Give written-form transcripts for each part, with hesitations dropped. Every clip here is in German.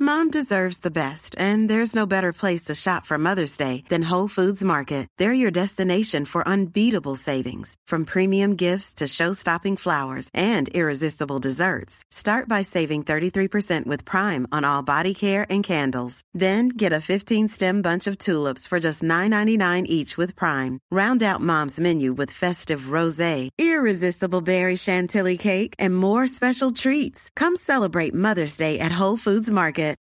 Mom deserves the best, and there's no better place to shop for Mother's Day than Whole Foods Market. They're your destination for unbeatable savings, from premium gifts to show-stopping flowers and irresistible desserts. Start by saving 33% with Prime on all body care and candles. Then get a 15-stem bunch of tulips for just $9.99 each with Prime. Round out Mom's menu with festive rosé, irresistible berry chantilly cake, and more special treats. Come celebrate Mother's Day at Whole Foods Market.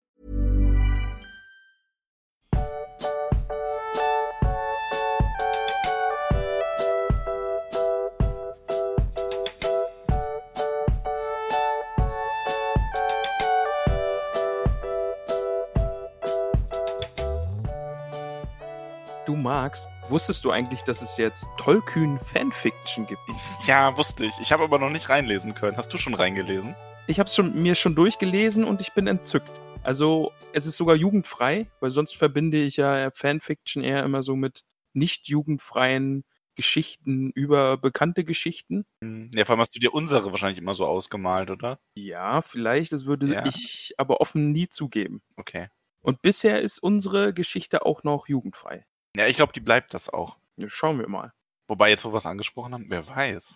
Du Max, wusstest du eigentlich, dass es jetzt Tollkühn-Fanfiction gibt? Ja, wusste ich. Ich habe aber noch nicht reinlesen können. Hast du schon reingelesen? Ich habe es mir schon durchgelesen und ich bin entzückt. Also es ist sogar jugendfrei, weil sonst verbinde ich ja Fanfiction eher immer so mit nicht jugendfreien Geschichten über bekannte Geschichten. Ja, vor allem hast du dir unsere wahrscheinlich immer so ausgemalt, oder? Ja, vielleicht, das würde Ja. ich aber offen nie zugeben. Okay. Und bisher ist unsere Geschichte auch noch jugendfrei. Ja, ich glaube, die bleibt das auch. Ja, schauen wir mal. Wobei, jetzt wo wir es angesprochen haben, wer weiß.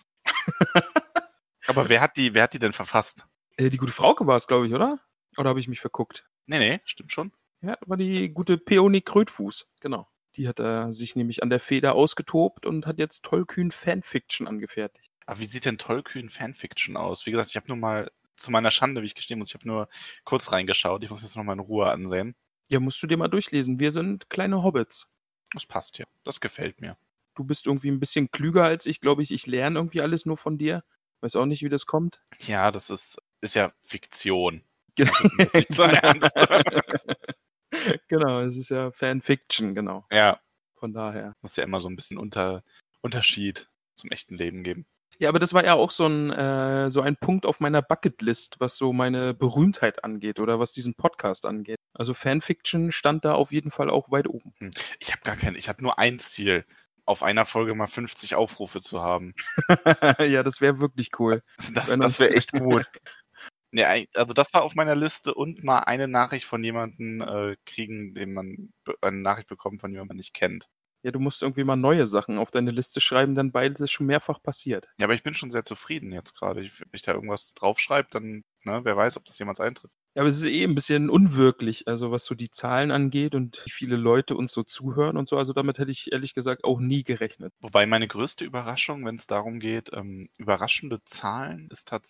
Aber wer hat die denn verfasst? Die gute Frauke war es, glaube ich, oder? Oder habe ich mich verguckt? Nee, stimmt schon. Ja, war die gute Peony Krötfuß, genau. Die hat sich nämlich an der Feder ausgetobt und hat jetzt Tollkühn Fanfiction angefertigt. Aber wie sieht denn Tollkühn Fanfiction aus? Wie gesagt, ich habe nur mal, zu meiner Schande, wie ich gestehen muss, ich habe nur kurz reingeschaut. Ich muss mir das nochmal in Ruhe ansehen. Ja, musst du dir mal durchlesen. Wir sind kleine Hobbits. Das passt ja. Das gefällt mir. Du bist irgendwie ein bisschen klüger als ich, glaube ich. Ich lerne irgendwie alles nur von dir. Weiß auch nicht, wie das kommt. Ja, das ist ja Fiktion. Genau. Nicht so ernst. Genau, es ist ja Fanfiction, genau. Ja. Von daher. Muss ja immer so ein bisschen Unterschied zum echten Leben geben. Ja, aber das war ja auch so ein Punkt auf meiner Bucketlist, was so meine Berühmtheit angeht oder was diesen Podcast angeht. Also Fanfiction stand da auf jeden Fall auch weit oben. Ich habe nur ein Ziel, auf einer Folge mal 50 Aufrufe zu haben. Ja, das wäre wirklich cool. Das wäre echt gut. Ja, also das war auf meiner Liste und mal eine Nachricht von jemandem kriegen, eine Nachricht bekommen, von jemandem man nicht kennt. Ja, du musst irgendwie mal neue Sachen auf deine Liste schreiben, denn beides ist schon mehrfach passiert. Ja, aber ich bin schon sehr zufrieden jetzt gerade. Wenn ich da irgendwas draufschreibe, dann, wer weiß, ob das jemals eintritt. Ja, aber es ist ein bisschen unwirklich, also was so die Zahlen angeht und wie viele Leute uns so zuhören und so. Also damit hätte ich ehrlich gesagt auch nie gerechnet. Wobei meine größte Überraschung, wenn es darum geht, überraschende Zahlen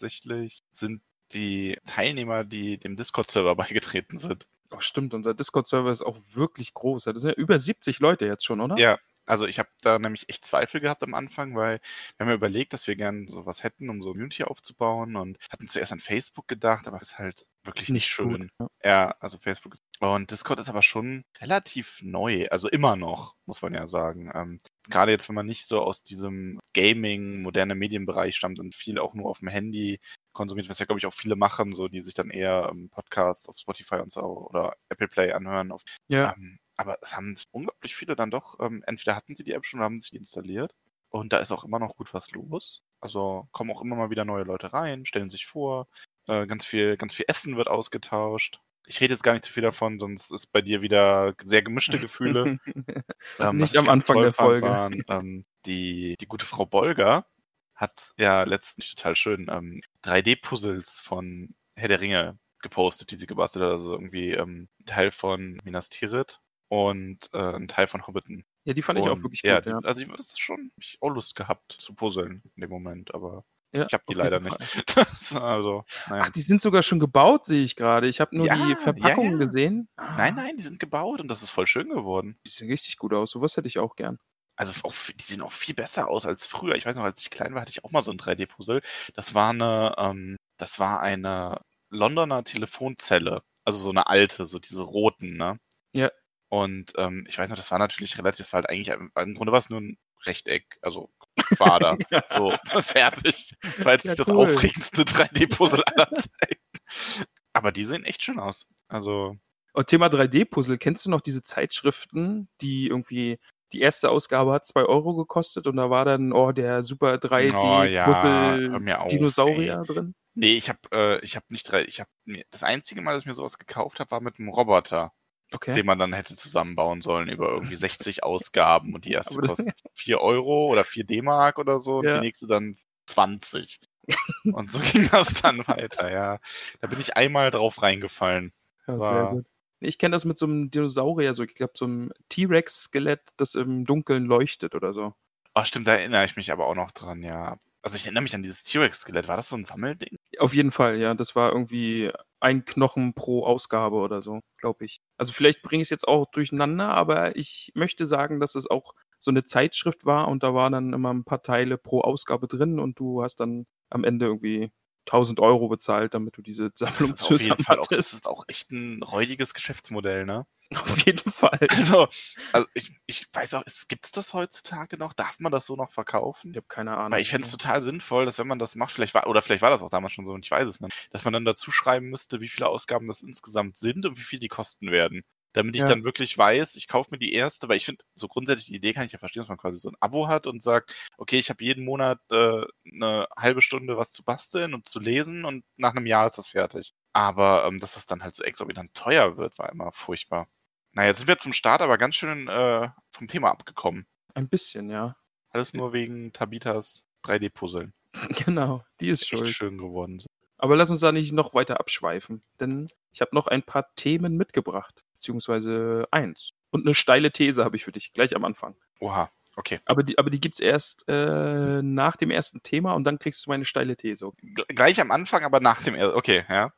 sind die Teilnehmer, die dem Discord-Server beigetreten sind. Oh, stimmt, unser Discord-Server ist auch wirklich groß. Das sind ja über 70 Leute jetzt schon, oder? Ja, also ich habe da nämlich echt Zweifel gehabt am Anfang, weil wir haben ja überlegt, dass wir gerne sowas hätten, um so Community aufzubauen und hatten zuerst an Facebook gedacht, aber es ist halt wirklich nicht schön. Gut, ja, also Facebook ist... Und Discord ist aber schon relativ neu, also immer noch, muss man ja sagen. Gerade jetzt, wenn man nicht so aus diesem Gaming, moderne Medienbereich stammt und viel auch nur auf dem Handy konsumiert, was ja, glaube ich, auch viele machen, so die sich dann eher Podcasts auf Spotify und so oder Apple Play anhören. Ja. Aber es haben unglaublich viele dann doch, entweder hatten sie die App schon oder haben sich die installiert. Und da ist auch immer noch gut was los. Also kommen auch immer mal wieder neue Leute rein, stellen sich vor. Ganz viel Essen wird ausgetauscht. Ich rede jetzt gar nicht zu viel davon, sonst ist bei dir wieder sehr gemischte Gefühle. Nicht am Anfang der Folge. Die gute Frau Bolger hat ja letztens total schön 3D-Puzzles von Herr der Ringe gepostet, die sie gebastelt hat. Also irgendwie ein Teil von Minas Tirith und ein Teil von Hobbiton. Ja, die fand ich auch wirklich ja, gut. Ja. Also ich habe auch Lust gehabt zu puzzeln in dem Moment, aber Ja, ich habe die auf leider jeden nicht. Also, naja. Ach, die sind sogar schon gebaut, sehe ich gerade. Ich habe nur Ja, die Verpackungen ja. gesehen. Nein, die sind gebaut und das ist voll schön geworden. Die sehen richtig gut aus. Sowas hätte ich auch gern. Also die sehen auch viel besser aus als früher. Ich weiß noch, als ich klein war, hatte ich auch mal so ein 3D-Puzzle. Das war eine Londoner Telefonzelle. Also so eine alte, so diese roten, ne? Ja. Und ich weiß noch, das war natürlich relativ, das war halt eigentlich, im Grunde war es nur ein Rechteck, also Quader. Ja. So, fertig. Das war jetzt Ja, nicht das cool. aufregendste 3D-Puzzle aller Zeiten. Aber die sehen echt schön aus. Also. Und Thema 3D-Puzzle, kennst du noch diese Zeitschriften, die irgendwie, die erste Ausgabe hat 2 Euro gekostet und da war dann, der super 3D-Puzzle-Dinosaurier drin? Nee, ich hab nicht das einzige Mal, dass ich mir sowas gekauft habe, war mit einem Roboter, Okay. den man dann hätte zusammenbauen sollen über irgendwie 60 Ausgaben und die erste Aber das- kostet 4 Euro oder 4 D-Mark oder so und die Ja. nächste dann 20. Und so ging das dann weiter, ja. Da bin ich einmal drauf reingefallen. Ja, War- sehr gut. Ich kenne das mit so einem Dinosaurier, so ich glaube so einem T-Rex-Skelett, das im Dunkeln leuchtet oder so. Oh, stimmt, da erinnere ich mich aber auch noch dran, ja. Also ich erinnere mich an dieses T-Rex-Skelett. War das so ein Sammelding? Auf jeden Fall, ja. Das war irgendwie ein Knochen pro Ausgabe oder so, glaube ich. Also vielleicht bringe ich es jetzt auch durcheinander, aber ich möchte sagen, dass es auch so eine Zeitschrift war und da waren dann immer ein paar Teile pro Ausgabe drin und du hast dann am Ende irgendwie 1.000 Euro bezahlt, damit du diese Das Sammlung ist auf jeden zusammen Fall auch, das hattest. ist auch echt ein räudiges Geschäftsmodell, ne? Auf jeden Fall. Also ich weiß auch, gibt es das heutzutage noch? Darf man das so noch verkaufen? Ich habe keine Ahnung. Weil ich fände es total sinnvoll, dass wenn man das macht, vielleicht war das auch damals schon so und ich weiß es nicht, dass man dann dazu schreiben müsste, wie viele Ausgaben das insgesamt sind und wie viel die kosten werden. Damit ich Ja. dann wirklich weiß, ich kaufe mir die erste, weil ich finde, so grundsätzlich die Idee kann ich ja verstehen, dass man quasi so ein Abo hat und sagt, okay, ich habe jeden Monat eine halbe Stunde was zu basteln und zu lesen und nach einem Jahr ist das fertig. Aber dass das dann halt so exorbitant teuer wird, war immer furchtbar. Naja, jetzt sind wir zum Start aber ganz schön vom Thema abgekommen. Ein bisschen, ja. Alles nur wegen Tabitas 3D-Puzzeln. Genau, die ist Echt schuld. schön geworden sind. Aber lass uns da nicht noch weiter abschweifen, denn ich habe noch ein paar Themen mitgebracht, beziehungsweise eins. Und eine steile These habe ich für dich, gleich am Anfang. Oha, okay. Aber die gibt's erst nach dem ersten Thema und dann kriegst du meine steile These. Gleich am Anfang, aber nach dem okay, ja.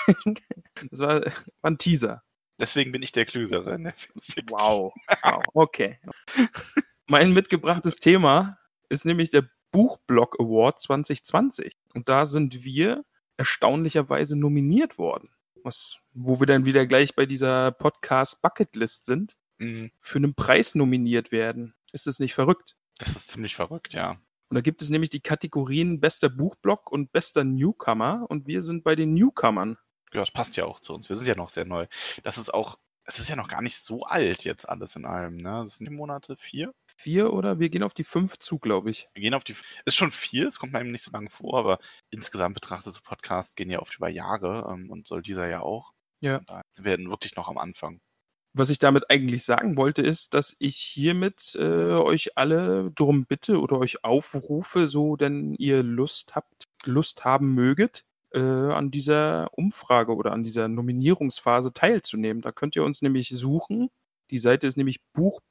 Das war ein Teaser. Deswegen bin ich der Klügere. Ne? Fick dich. Wow, okay. Mein mitgebrachtes Thema ist nämlich der Buchblog Award 2020. Und da sind wir erstaunlicherweise nominiert worden. Wo wir dann wieder gleich bei dieser Podcast-Bucketlist sind, Mhm. für einen Preis nominiert werden. Ist das nicht verrückt? Das ist ziemlich verrückt, ja. Und da gibt es nämlich die Kategorien bester Buchblog und bester Newcomer und wir sind bei den Newcomern. Ja, das passt ja auch zu uns. Wir sind ja noch sehr neu. Es ist ja noch gar nicht so alt jetzt alles in allem, ne? Das sind die Monate 4. 4 oder? Wir gehen auf die 5 zu, glaube ich. Wir gehen auf die, ist schon 4, es kommt mir eben nicht so lange vor, aber insgesamt betrachtet so Podcasts gehen ja oft über Jahre und soll dieser ja auch. Ja. Und da werden wirklich noch am Anfang. Was ich damit eigentlich sagen wollte, ist, dass ich hiermit euch alle darum bitte oder euch aufrufe, so denn ihr Lust haben möget, an dieser Umfrage oder an dieser Nominierungsphase teilzunehmen. Da könnt ihr uns nämlich suchen. Die Seite ist nämlich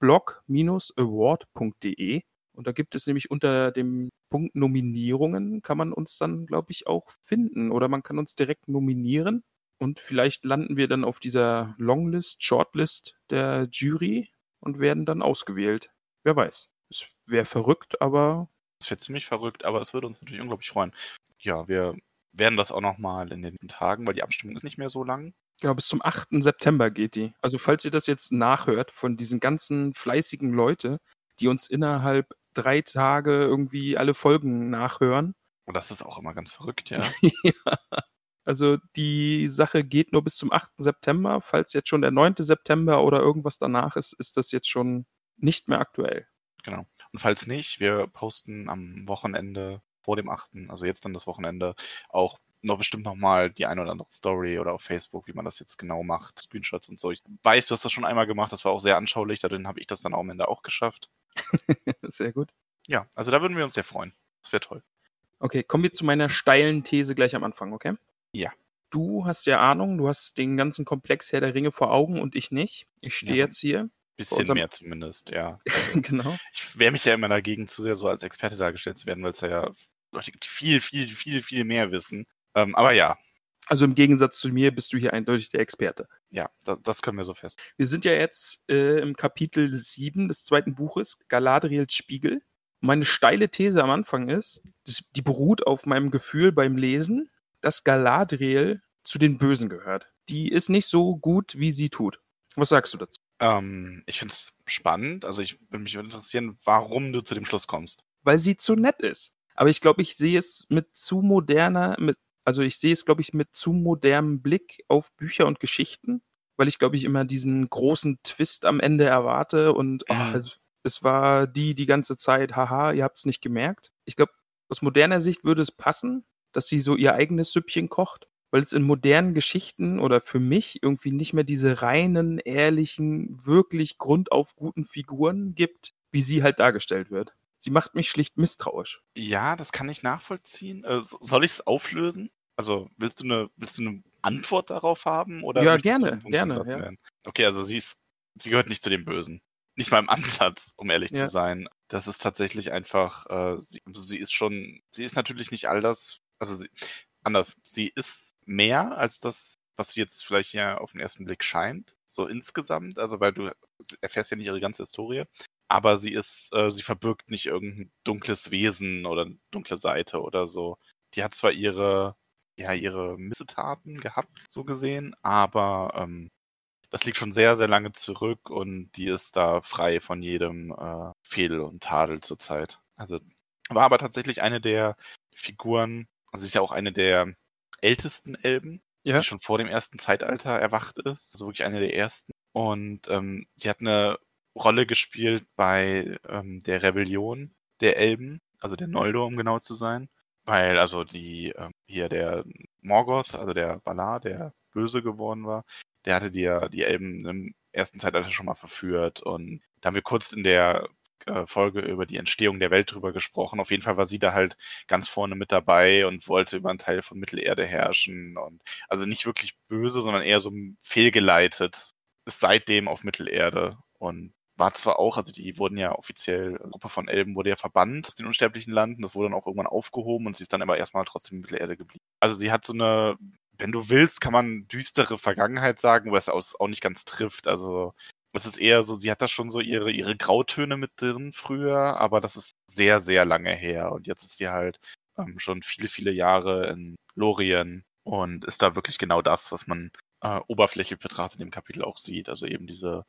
buchblog-award.de und da gibt es nämlich unter dem Punkt Nominierungen kann man uns dann, glaube ich, auch finden oder man kann uns direkt nominieren. Und vielleicht landen wir dann auf dieser Longlist, Shortlist der Jury und werden dann ausgewählt. Wer weiß. Es wäre verrückt, aber Das wäre ziemlich verrückt, aber es würde uns natürlich unglaublich freuen. Ja, wir werden das auch nochmal in den nächsten Tagen, weil die Abstimmung ist nicht mehr so lang. genau, bis zum 8. September geht die. Also falls ihr das jetzt nachhört von diesen ganzen fleißigen Leute, die uns innerhalb 3 Tage irgendwie alle Folgen nachhören. Und das ist auch immer ganz verrückt, ja. Ja. Also die Sache geht nur bis zum 8. September. Falls jetzt schon der 9. September oder irgendwas danach ist, ist das jetzt schon nicht mehr aktuell. Genau. Und falls nicht, wir posten am Wochenende vor dem 8., also jetzt dann das Wochenende, auch noch bestimmt nochmal die eine oder andere Story oder auf Facebook, wie man das jetzt genau macht, Screenshots und so. Ich weiß, du hast das schon einmal gemacht, das war auch sehr anschaulich, dadurch habe ich das dann am Ende auch geschafft. Sehr gut. Ja, also da würden wir uns sehr freuen. Das wäre toll. Okay, kommen wir zu meiner steilen These gleich am Anfang, okay? Ja. Du hast ja Ahnung, du hast den ganzen Komplex Herr der Ringe vor Augen und ich nicht. Ich stehe Ja. jetzt hier. Bisschen unserem- mehr zumindest, ja. Genau. Ich wehre mich ja immer dagegen, zu sehr so als Experte dargestellt zu werden, weil es ja Leute gibt, die viel mehr wissen. Aber ja, Also im Gegensatz zu mir bist du hier eindeutig der Experte. ja, das können wir so fest. Wir sind ja jetzt im Kapitel 7 des zweiten Buches, Galadriels Spiegel. Meine steile These am Anfang ist, die beruht auf meinem Gefühl beim Lesen, dass Galadriel zu den Bösen gehört. Die ist nicht so gut, wie sie tut. Was sagst du dazu? Ich finde es spannend. Also ich würde mich interessieren, warum du zu dem Schluss kommst. Weil sie zu nett ist. Aber ich glaube, ich sehe es mit zu modernem Blick auf Bücher und Geschichten, weil ich, glaube ich, immer diesen großen Twist am Ende erwarte und es war die ganze Zeit, haha, ihr habt es nicht gemerkt. Ich glaube, aus moderner Sicht würde es passen, dass sie so ihr eigenes Süppchen kocht, weil es in modernen Geschichten oder für mich irgendwie nicht mehr diese reinen, ehrlichen, wirklich grundauf guten Figuren gibt, wie sie halt dargestellt wird. Sie macht mich schlicht misstrauisch. Ja, das kann ich nachvollziehen. Soll ich es auflösen? Also willst du eine Antwort darauf haben oder Ja, möchtest du den gerne, Punkt gerne, gelassen ja. werden? Okay, also sie gehört nicht zu den Bösen. Nicht mal im Ansatz, um ehrlich zu Ja. sein. Das ist tatsächlich einfach, sie ist natürlich nicht all das, anders. Sie ist mehr als das, was sie jetzt vielleicht ja auf den ersten Blick scheint. So insgesamt, also weil du erfährst ja nicht ihre ganze Historie. Aber sie verbirgt nicht irgendein dunkles Wesen oder eine dunkle Seite oder so. Die hat zwar ihre Missetaten gehabt, so gesehen, aber das liegt schon sehr, sehr lange zurück und die ist da frei von jedem Fehl und Tadel zurzeit. Also war aber tatsächlich eine der Figuren, also sie ist ja auch eine der ältesten Elben, Ja. die schon vor dem ersten Zeitalter erwacht ist. Also wirklich eine der ersten. Und sie hat eine Rolle gespielt bei der Rebellion der Elben, also der Noldor, um genau zu sein. Weil also hier der Morgoth, also der Valar, der böse geworden war, der hatte die Elben im ersten Zeitalter schon mal verführt. Und da haben wir kurz in der Folge über die Entstehung der Welt drüber gesprochen. Auf jeden Fall war sie da halt ganz vorne mit dabei und wollte über einen Teil von Mittelerde herrschen. Und also nicht wirklich böse, sondern eher so fehlgeleitet. Ist seitdem auf Mittelerde und war zwar auch, also die wurden ja offiziell, eine Gruppe von Elben wurde ja verbannt aus den unsterblichen Landen, das wurde dann auch irgendwann aufgehoben und sie ist dann aber erstmal trotzdem in Mittelerde geblieben. Also sie hat so eine, wenn du willst, kann man düstere Vergangenheit sagen, wo es auch nicht ganz trifft. Also es ist eher so, sie hat da schon so ihre Grautöne mit drin früher, aber das ist sehr, sehr lange her und jetzt ist sie halt schon viele, viele Jahre in Lorien und ist da wirklich genau das, was man oberflächlich betrachtet in dem Kapitel auch sieht. Also eben diese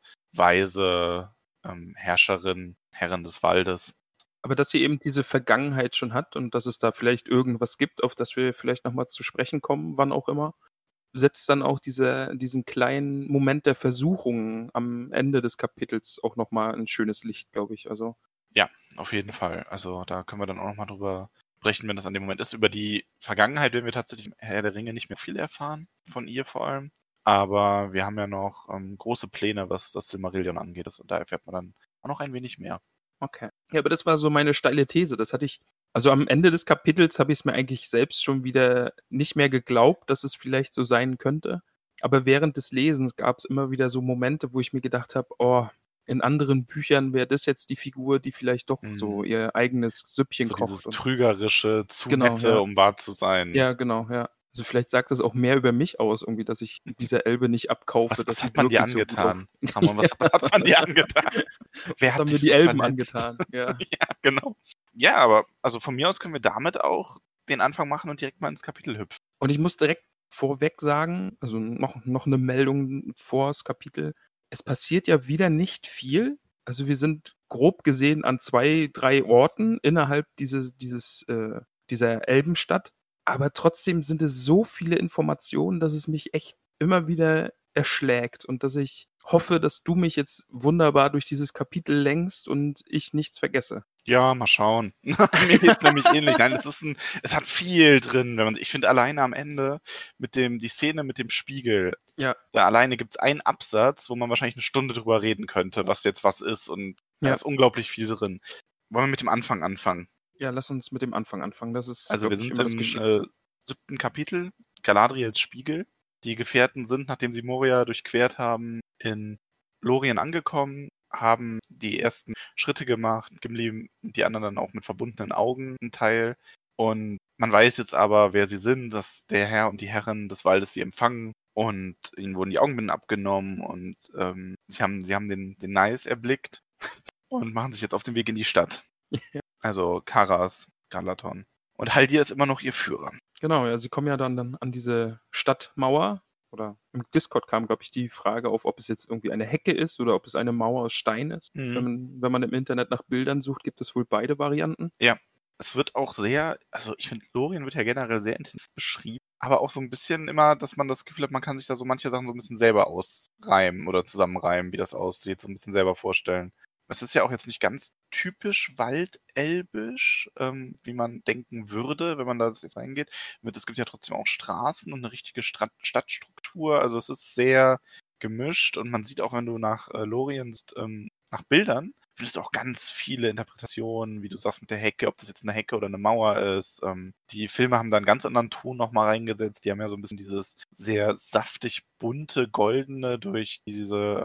weise Herrscherin, Herrin des Waldes. Aber dass sie eben diese Vergangenheit schon hat und dass es da vielleicht irgendwas gibt, auf das wir vielleicht nochmal zu sprechen kommen, wann auch immer, setzt dann auch diesen kleinen Moment der Versuchung am Ende des Kapitels auch nochmal ein schönes Licht, glaube ich. Also Ja, auf jeden Fall. Also da können wir dann auch nochmal drüber sprechen, wenn das an dem Moment ist. Über die Vergangenheit werden wir tatsächlich im Herr der Ringe nicht mehr viel erfahren, von ihr vor allem. Aber wir haben ja noch große Pläne, was das Silmarillion angeht. Und da erfährt man dann auch noch ein wenig mehr. okay. Ja, aber das war so meine steile These. Das hatte ich, also am Ende des Kapitels habe ich es mir eigentlich selbst schon wieder nicht mehr geglaubt, dass es vielleicht so sein könnte. Aber während des Lesens gab es immer wieder so Momente, wo ich mir gedacht habe, oh, in anderen Büchern wäre das jetzt die Figur, die vielleicht doch so ihr eigenes Süppchen So kocht. dieses Und Trügerische, zu Genau, nette, ja. um wahr zu sein. Ja, genau, ja. Also vielleicht sagt das auch mehr über mich aus, irgendwie, dass ich dieser Elbe nicht abkaufe. dass Was sie hat man dir wirklich so gut angetan? auf- Ramon, was hat man dir angetan? Wer Was hat haben mir dich die so Elben verletzt? angetan? Ja. Ja, genau. Ja, aber also von mir aus können wir damit auch den Anfang machen und direkt mal ins Kapitel hüpfen. Und ich muss direkt vorweg sagen, also noch eine Meldung vor das Kapitel. Es passiert ja wieder nicht viel. Also wir sind grob gesehen an 2, 3 Orten innerhalb dieser Elbenstadt. Aber trotzdem sind es so viele Informationen, dass es mich echt immer wieder erschlägt und dass ich hoffe, dass du mich jetzt wunderbar durch dieses Kapitel lenkst und ich nichts vergesse. Ja, mal schauen. Mir geht's nämlich ähnlich. Nein, es hat viel drin. Ich finde alleine am Ende die Szene mit dem Spiegel, Ja, da alleine gibt's einen Absatz, wo man wahrscheinlich eine Stunde drüber reden könnte, was jetzt was ist und da Ja. ist unglaublich viel drin. Wollen wir mit dem Anfang anfangen? ja, lass uns mit dem Anfang anfangen. Das ist, Also wir glaube ich, sind immer das im Geschickte. 7. Kapitel, Galadriels Spiegel. Die Gefährten sind, nachdem sie Moria durchquert haben, in Lorien angekommen, haben die ersten Schritte gemacht, Gimli und die anderen dann auch mit verbundenen Augen ein Teil. Und man weiß jetzt aber, wer sie sind, dass der Herr und die Herrin des Waldes sie empfangen und ihnen wurden die Augenbinden abgenommen und sie haben den Nice erblickt und machen sich jetzt auf den Weg in die Stadt. Also Karas, Galaton. Und Haldir ist immer noch ihr Führer. Genau, ja, sie kommen ja dann an diese Stadtmauer. Oder im Discord kam, glaube ich, die Frage auf, ob es jetzt irgendwie eine Hecke ist oder ob es eine Mauer aus Stein ist. Wenn man im Internet nach Bildern sucht, gibt es wohl beide Varianten. Ja, es wird auch also ich finde, Lorien wird ja generell sehr intensiv beschrieben, aber auch so ein bisschen immer, dass man das Gefühl hat, man kann sich da so manche Sachen so ein bisschen selber ausreimen oder zusammenreimen, wie das aussieht, so ein bisschen selber vorstellen. es ist ja auch jetzt nicht ganz typisch waldelbisch, wie man denken würde, wenn man da jetzt reingeht. Es gibt ja trotzdem auch Straßen und eine richtige Stadtstruktur. Also es ist sehr gemischt und man sieht auch, wenn du nach Lorien nach Bildern, findest du auch ganz viele Interpretationen, wie du sagst mit der Hecke, ob das jetzt eine Hecke oder eine Mauer ist. Die Filme haben da einen ganz anderen Ton nochmal reingesetzt. Die haben ja so ein bisschen dieses sehr saftig bunte, goldene durch diese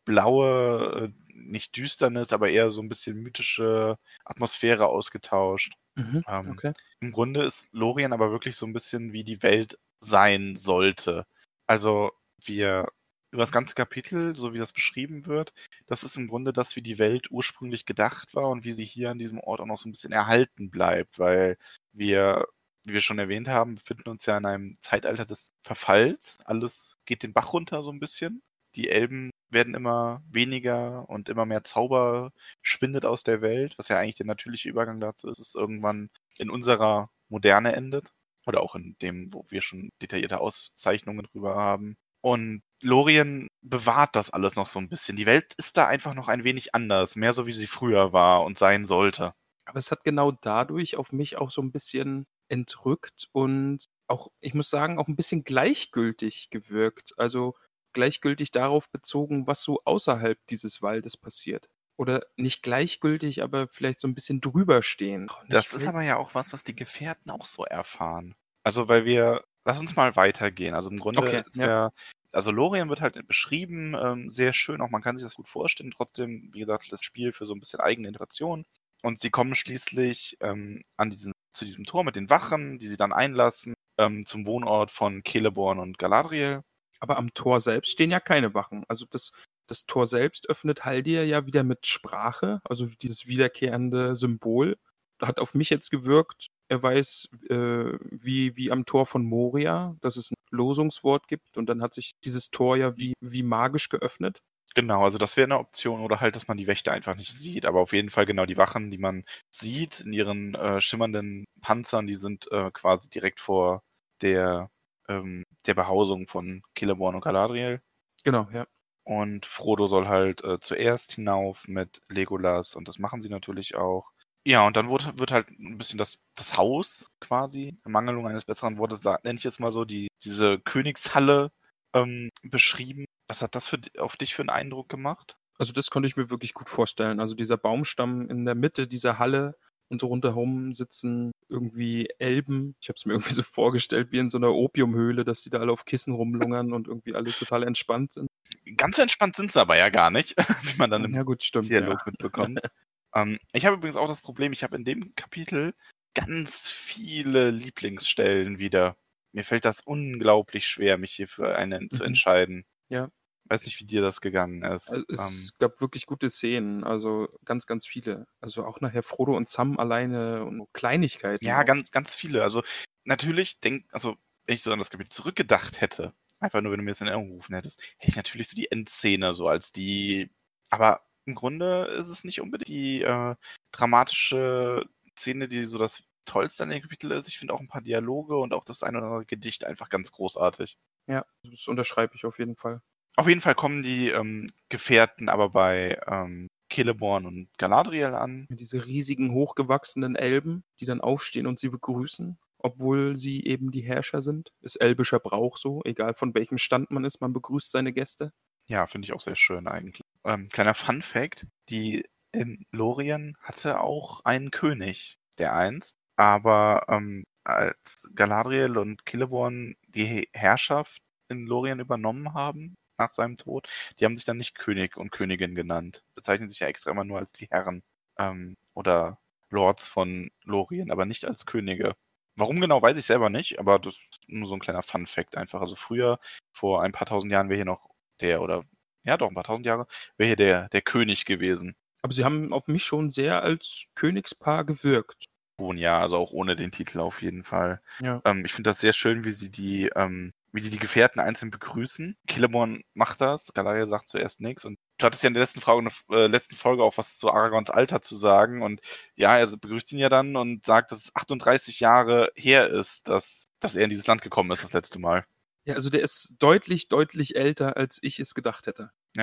blaue, nicht Düsternis, aber eher so ein bisschen mythische Atmosphäre ausgetauscht. Okay. Im Grunde ist Lorien aber wirklich so ein bisschen wie die Welt sein sollte. Also wir über das ganze Kapitel, so wie das beschrieben wird, das ist im Grunde das, wie die Welt ursprünglich gedacht war und wie sie hier an diesem Ort auch noch so ein bisschen erhalten bleibt, weil wir, wie wir schon erwähnt haben, befinden uns ja in einem Zeitalter des Verfalls. Alles geht den Bach runter so ein bisschen. Die Elben werden immer weniger und immer mehr Zauber schwindet aus der Welt, was ja eigentlich der natürliche Übergang dazu ist, es irgendwann in unserer Moderne endet. Oder auch in dem, wo wir schon detaillierte Auszeichnungen drüber haben. Und Lorien bewahrt das alles noch so ein bisschen. Die Welt ist da einfach noch ein wenig anders, mehr so wie sie früher war und sein sollte. Aber es hat genau dadurch auf mich auch so ein bisschen entrückt und auch, ich muss sagen, auch ein bisschen gleichgültig gewirkt. Also gleichgültig darauf bezogen, was so außerhalb dieses Waldes passiert. Oder nicht gleichgültig, aber vielleicht so ein bisschen drüber stehen. Das ist aber ja auch was die Gefährten auch so erfahren. Also, weil lass uns mal weitergehen. Also im Grunde Okay, ist ja. also Lorien wird halt beschrieben, sehr schön, auch man kann sich das gut vorstellen. Trotzdem, wie gesagt, das Spiel für so ein bisschen eigene Interpretation. Und sie kommen schließlich zu diesem Tor mit den Wachen, die sie dann einlassen, zum Wohnort von Celeborn und Galadriel. Aber am Tor selbst stehen ja keine Wachen. Also das Tor selbst öffnet Haldir ja wieder mit Sprache, also dieses wiederkehrende Symbol. Hat auf mich jetzt gewirkt, er weiß, wie am Tor von Moria, dass es ein Losungswort gibt und dann hat sich dieses Tor ja wie magisch geöffnet. Genau, also das wäre eine Option oder halt, dass man die Wächter einfach nicht sieht. Aber auf jeden Fall genau die Wachen, die man sieht in ihren schimmernden Panzern, die sind quasi direkt vor der Behausung von Celeborn und Galadriel. Genau, ja. Und Frodo soll halt zuerst hinauf mit Legolas und das machen sie natürlich auch. Ja, und dann wird halt ein bisschen das Haus quasi, in Mangelung eines besseren Wortes, nenne ich jetzt mal so, diese Königshalle beschrieben. Was hat das auf dich für einen Eindruck gemacht? Also das konnte ich mir wirklich gut vorstellen. Also dieser Baumstamm in der Mitte dieser Halle und so rundherum sitzen irgendwie Elben. Ich habe es mir irgendwie so vorgestellt wie in so einer Opiumhöhle, dass die da alle auf Kissen rumlungern und irgendwie alle total entspannt sind. Ganz so entspannt sind sie aber ja gar nicht, wie man dann im Ja gut, stimmt, Dialog ja. mitbekommt. Ich habe übrigens auch das Problem, ich habe in dem Kapitel ganz viele Lieblingsstellen wieder. Mir fällt das unglaublich schwer, mich hier für einen zu entscheiden. Ja. Weiß nicht, wie dir das gegangen ist. Also es gab wirklich gute Szenen, also ganz, ganz viele. Also auch nachher Frodo und Sam alleine und nur Kleinigkeiten. Ja, auch. ganz, ganz viele. Also natürlich wenn ich so an das Kapitel zurückgedacht hätte, einfach nur, wenn du mir das in Erinnerung gerufen hättest, hätte ich natürlich so die Endszene so als die, aber im Grunde ist es nicht unbedingt die dramatische Szene, die so das Tollste an dem Kapitel ist. Ich finde auch ein paar Dialoge und auch das ein oder andere Gedicht einfach ganz großartig. Ja, das unterschreibe ich auf jeden Fall. Auf jeden Fall kommen die Gefährten aber bei Celeborn und Galadriel an. Diese riesigen, hochgewachsenen Elben, die dann aufstehen und sie begrüßen, obwohl sie eben die Herrscher sind. Ist elbischer Brauch so, egal von welchem Stand man ist, man begrüßt seine Gäste. Ja, finde ich auch sehr schön eigentlich. Kleiner Fun-Fact, die in Lorien hatte auch einen König, der einst, aber als Galadriel und Celeborn die Herrschaft in Lorien übernommen haben, nach seinem Tod, die haben sich dann nicht König und Königin genannt. Bezeichnen sich ja extra immer nur als die Herren oder Lords von Lorien, aber nicht als Könige. Warum genau, weiß ich selber nicht, aber das ist nur so ein kleiner Fun-Fact einfach. Also früher, vor ein paar tausend Jahren, wäre hier noch ein paar tausend Jahre, wäre hier der König gewesen. Aber sie haben auf mich schon sehr als Königspaar gewirkt. Ja, also auch ohne den Titel auf jeden Fall. Ja. Ich finde das sehr schön, wie sie die Gefährten einzeln begrüßen. Celeborn macht das, Galadriel sagt zuerst nichts und du hattest ja in der letzten Folge auch was zu Aragorns Alter zu sagen und ja, er begrüßt ihn ja dann und sagt, dass es 38 Jahre her ist, dass er in dieses Land gekommen ist das letzte Mal. Ja, also der ist deutlich, deutlich älter, als ich es gedacht hätte. Ja.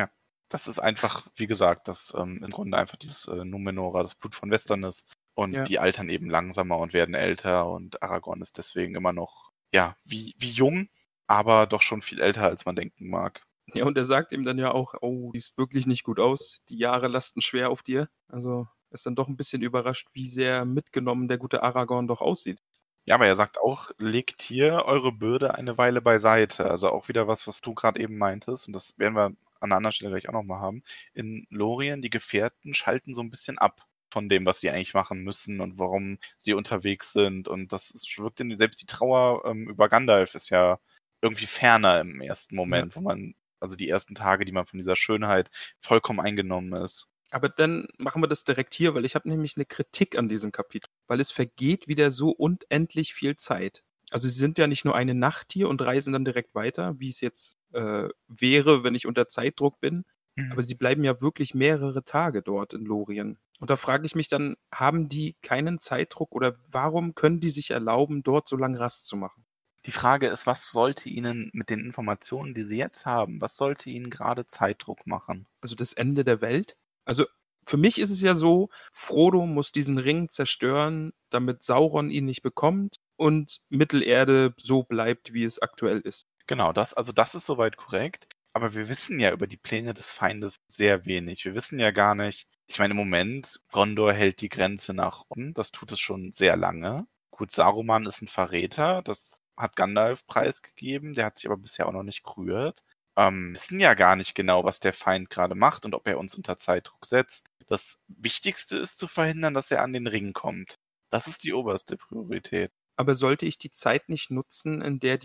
Das ist einfach, wie gesagt, dass im Grunde einfach dieses Numenora, das Blut von Western ist. Und Ja. die altern eben langsamer und werden älter. Und Aragorn ist deswegen immer noch, ja, wie jung, aber doch schon viel älter, als man denken mag. Ja, und er sagt ihm dann ja auch, oh, siehst wirklich nicht gut aus. Die Jahre lasten schwer auf dir. Also ist dann doch ein bisschen überrascht, wie sehr mitgenommen der gute Aragorn doch aussieht. Ja, aber er sagt auch, legt hier eure Bürde eine Weile beiseite. Also auch wieder was du gerade eben meintest. Und das werden wir an einer anderen Stelle gleich auch nochmal haben. In Lorien, die Gefährten schalten so ein bisschen ab von dem, was sie eigentlich machen müssen und warum sie unterwegs sind. Und wirkt selbst die Trauer über Gandalf ist ja irgendwie ferner im ersten Moment, wo man, also die ersten Tage, die man von dieser Schönheit vollkommen eingenommen ist. Aber dann machen wir das direkt hier, weil ich habe nämlich eine Kritik an diesem Kapitel, weil es vergeht wieder so unendlich viel Zeit. Also sie sind ja nicht nur eine Nacht hier und reisen dann direkt weiter, wie es jetzt wäre, wenn ich unter Zeitdruck bin. Aber sie bleiben ja wirklich mehrere Tage dort in Lorien. Und da frage ich mich dann, haben die keinen Zeitdruck oder warum können die sich erlauben, dort so lange Rast zu machen? Die Frage ist, was sollte Ihnen mit den Informationen, die Sie jetzt haben, was sollte Ihnen gerade Zeitdruck machen? Also das Ende der Welt? Also für mich ist es ja so, Frodo muss diesen Ring zerstören, damit Sauron ihn nicht bekommt und Mittelerde so bleibt, wie es aktuell ist. Genau, das ist soweit korrekt. Aber wir wissen ja über die Pläne des Feindes sehr wenig. Wir wissen ja gar nicht, ich meine, im Moment, Gondor hält die Grenze nach unten, das tut es schon sehr lange. Gut, Saruman ist ein Verräter, das hat Gandalf preisgegeben, der hat sich aber bisher auch noch nicht gerührt. Wissen ja gar nicht genau, was der Feind gerade macht und ob er uns unter Zeitdruck setzt. Das Wichtigste ist zu verhindern, dass er an den Ring kommt. Das ist die oberste Priorität. Aber sollte ich die Zeit nicht nutzen, in der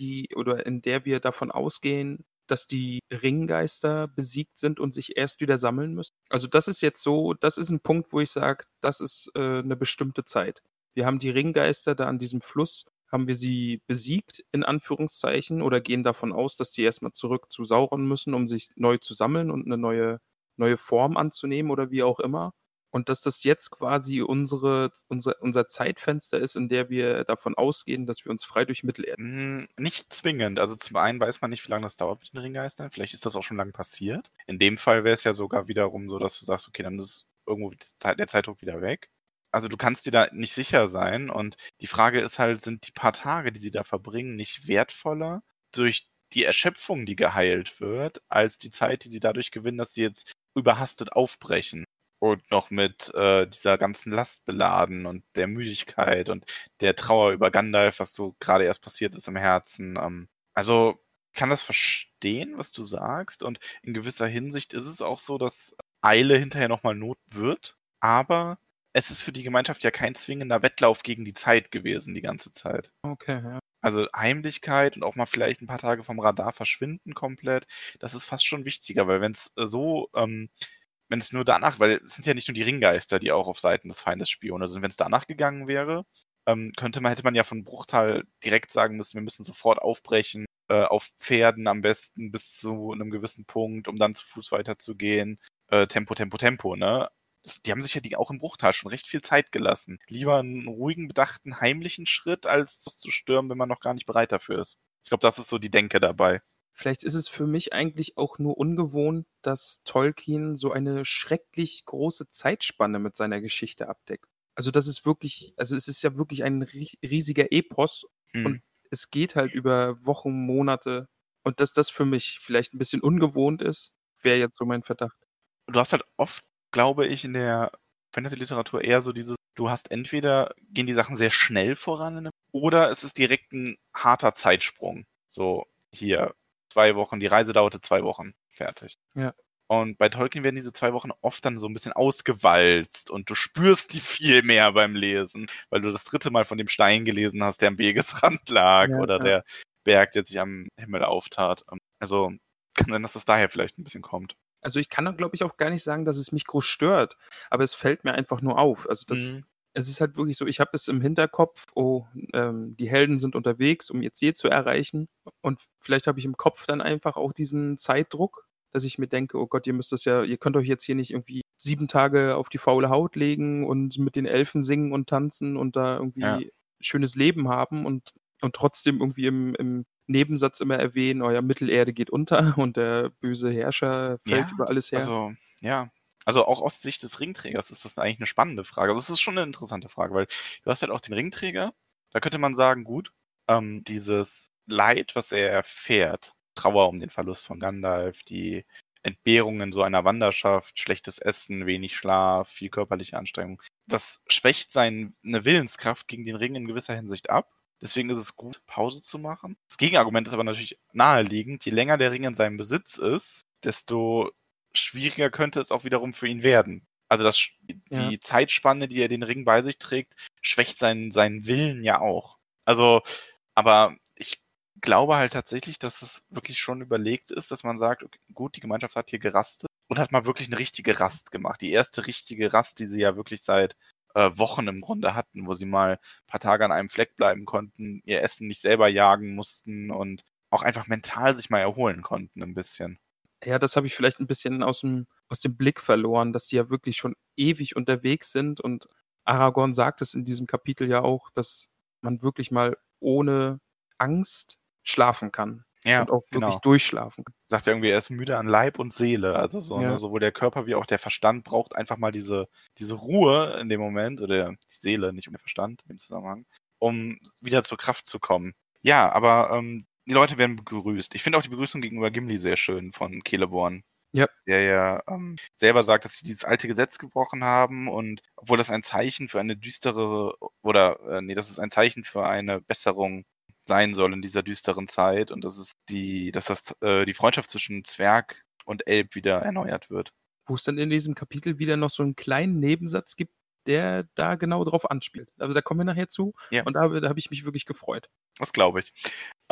wir davon ausgehen, dass die Ringgeister besiegt sind und sich erst wieder sammeln müssen? Also das ist jetzt so, das ist ein Punkt, wo ich sage, das ist eine bestimmte Zeit. Wir haben die Ringgeister da an diesem Fluss, haben wir sie besiegt, in Anführungszeichen, oder gehen davon aus, dass die erstmal zurück zu Sauron müssen, um sich neu zu sammeln und eine neue Form anzunehmen oder wie auch immer. Und dass das jetzt quasi unser Zeitfenster ist, in der wir davon ausgehen, dass wir uns frei durch Mittelerde. Nicht zwingend. Also zum einen weiß man nicht, wie lange das dauert mit den Ringgeistern. Vielleicht ist das auch schon lange passiert. In dem Fall wäre es ja sogar wiederum so, dass du sagst, okay, dann ist irgendwo der Zeitdruck wieder weg. Also du kannst dir da nicht sicher sein. Und die Frage ist halt, sind die paar Tage, die sie da verbringen, nicht wertvoller durch die Erschöpfung, die geheilt wird, als die Zeit, die sie dadurch gewinnen, dass sie jetzt überhastet aufbrechen? Und noch mit dieser ganzen Last beladen und der Müdigkeit und der Trauer über Gandalf, was so gerade erst passiert ist im Herzen. Also ich kann das verstehen, was du sagst. Und in gewisser Hinsicht ist es auch so, dass Eile hinterher nochmal Not wird. Aber es ist für die Gemeinschaft ja kein zwingender Wettlauf gegen die Zeit gewesen, die ganze Zeit. Okay, ja. Also Heimlichkeit und auch mal vielleicht ein paar Tage vom Radar verschwinden komplett, das ist fast schon wichtiger, weil wenn es nur danach, weil es sind ja nicht nur die Ringgeister, die auch auf Seiten des Feindes Spione sind. Wenn es danach gegangen wäre, hätte man ja von Bruchtal direkt sagen müssen, wir müssen sofort aufbrechen, auf Pferden am besten bis zu einem gewissen Punkt, um dann zu Fuß weiterzugehen. Tempo, Tempo, Tempo, ne? Die haben sich ja auch im Bruchtal schon recht viel Zeit gelassen. Lieber einen ruhigen, bedachten, heimlichen Schritt, als zu stürmen, wenn man noch gar nicht bereit dafür ist. Ich glaube, das ist so die Denke dabei. Vielleicht ist es für mich eigentlich auch nur ungewohnt, dass Tolkien so eine schrecklich große Zeitspanne mit seiner Geschichte abdeckt. Also es ist ja wirklich ein riesiger Epos und es geht halt über Wochen, Monate und dass das für mich vielleicht ein bisschen ungewohnt ist, wäre jetzt so mein Verdacht. Du hast halt oft, glaube ich, in der Fantasy-Literatur eher so du hast entweder gehen die Sachen sehr schnell voran, oder es ist direkt ein harter Zeitsprung. So, hier, 2 Wochen, die Reise dauerte 2 Wochen, fertig. Ja. Und bei Tolkien werden diese 2 Wochen oft dann so ein bisschen ausgewalzt und du spürst die viel mehr beim Lesen, weil du das 3. Mal von dem Stein gelesen hast, der am Wegesrand lag oder der Berg, der sich am Himmel auftat. Also kann sein, dass das daher vielleicht ein bisschen kommt. Also ich kann, glaube ich, auch gar nicht sagen, dass es mich groß stört, aber es fällt mir einfach nur auf. Also es ist halt wirklich so, ich habe es im Hinterkopf, die Helden sind unterwegs, um ihr Ziel zu erreichen. Und vielleicht habe ich im Kopf dann einfach auch diesen Zeitdruck, dass ich mir denke, oh Gott, ihr könnt euch jetzt hier nicht irgendwie 7 Tage auf die faule Haut legen und mit den Elfen singen und tanzen und da irgendwie schönes Leben haben und trotzdem irgendwie im Nebensatz immer erwähnen, oh ja, Mittelerde geht unter und der böse Herrscher fällt Ja, über alles her. also, ja. Also auch aus Sicht des Ringträgers ist das eigentlich eine spannende Frage. Also es ist schon eine interessante Frage, weil du hast halt auch den Ringträger. Da könnte man sagen, gut, dieses Leid, was er erfährt, Trauer um den Verlust von Gandalf, die Entbehrungen so einer Wanderschaft, schlechtes Essen, wenig Schlaf, viel körperliche Anstrengung, das schwächt seine Willenskraft gegen den Ring in gewisser Hinsicht ab. Deswegen ist es gut, Pause zu machen. Das Gegenargument ist aber natürlich naheliegend. Je länger der Ring in seinem Besitz ist, desto schwieriger könnte es auch wiederum für ihn werden. Also Ja. die Zeitspanne, die er den Ring bei sich trägt, schwächt seinen Willen ja auch. Also, aber ich glaube halt tatsächlich, dass es wirklich schon überlegt ist, dass man sagt, okay, gut, die Gemeinschaft hat hier gerastet und hat mal wirklich eine richtige Rast gemacht. Die erste richtige Rast, die sie ja wirklich seit Wochen im Grunde hatten, wo sie mal ein paar Tage an einem Fleck bleiben konnten, ihr Essen nicht selber jagen mussten und auch einfach mental sich mal erholen konnten ein bisschen. Ja, das habe ich vielleicht ein bisschen aus dem Blick verloren, dass die ja wirklich schon ewig unterwegs sind und Aragorn sagt es in diesem Kapitel ja auch, dass man wirklich mal ohne Angst schlafen kann Ja, und auch wirklich genau. durchschlafen kann. Sagt ja irgendwie, er ist müde an Leib und Seele. Also so, ne, Ja. sowohl der Körper wie auch der Verstand braucht einfach mal diese Ruhe in dem Moment, oder die Seele, nicht um den Verstand im Zusammenhang, um wieder zur Kraft zu kommen. Ja, aber die Leute werden begrüßt. Ich finde auch die Begrüßung gegenüber Gimli sehr schön von Celeborn. Ja. Der ja selber sagt, dass sie dieses alte Gesetz gebrochen haben und obwohl das ein Zeichen für eine düstere das ist ein Zeichen für eine Besserung sein soll in dieser düsteren Zeit und dass die Freundschaft zwischen Zwerg und Elb wieder erneuert wird. Wo es dann in diesem Kapitel wieder noch so einen kleinen Nebensatz gibt, der da genau drauf anspielt. Also da kommen wir nachher zu Ja. und da habe ich mich wirklich gefreut. Das glaube ich.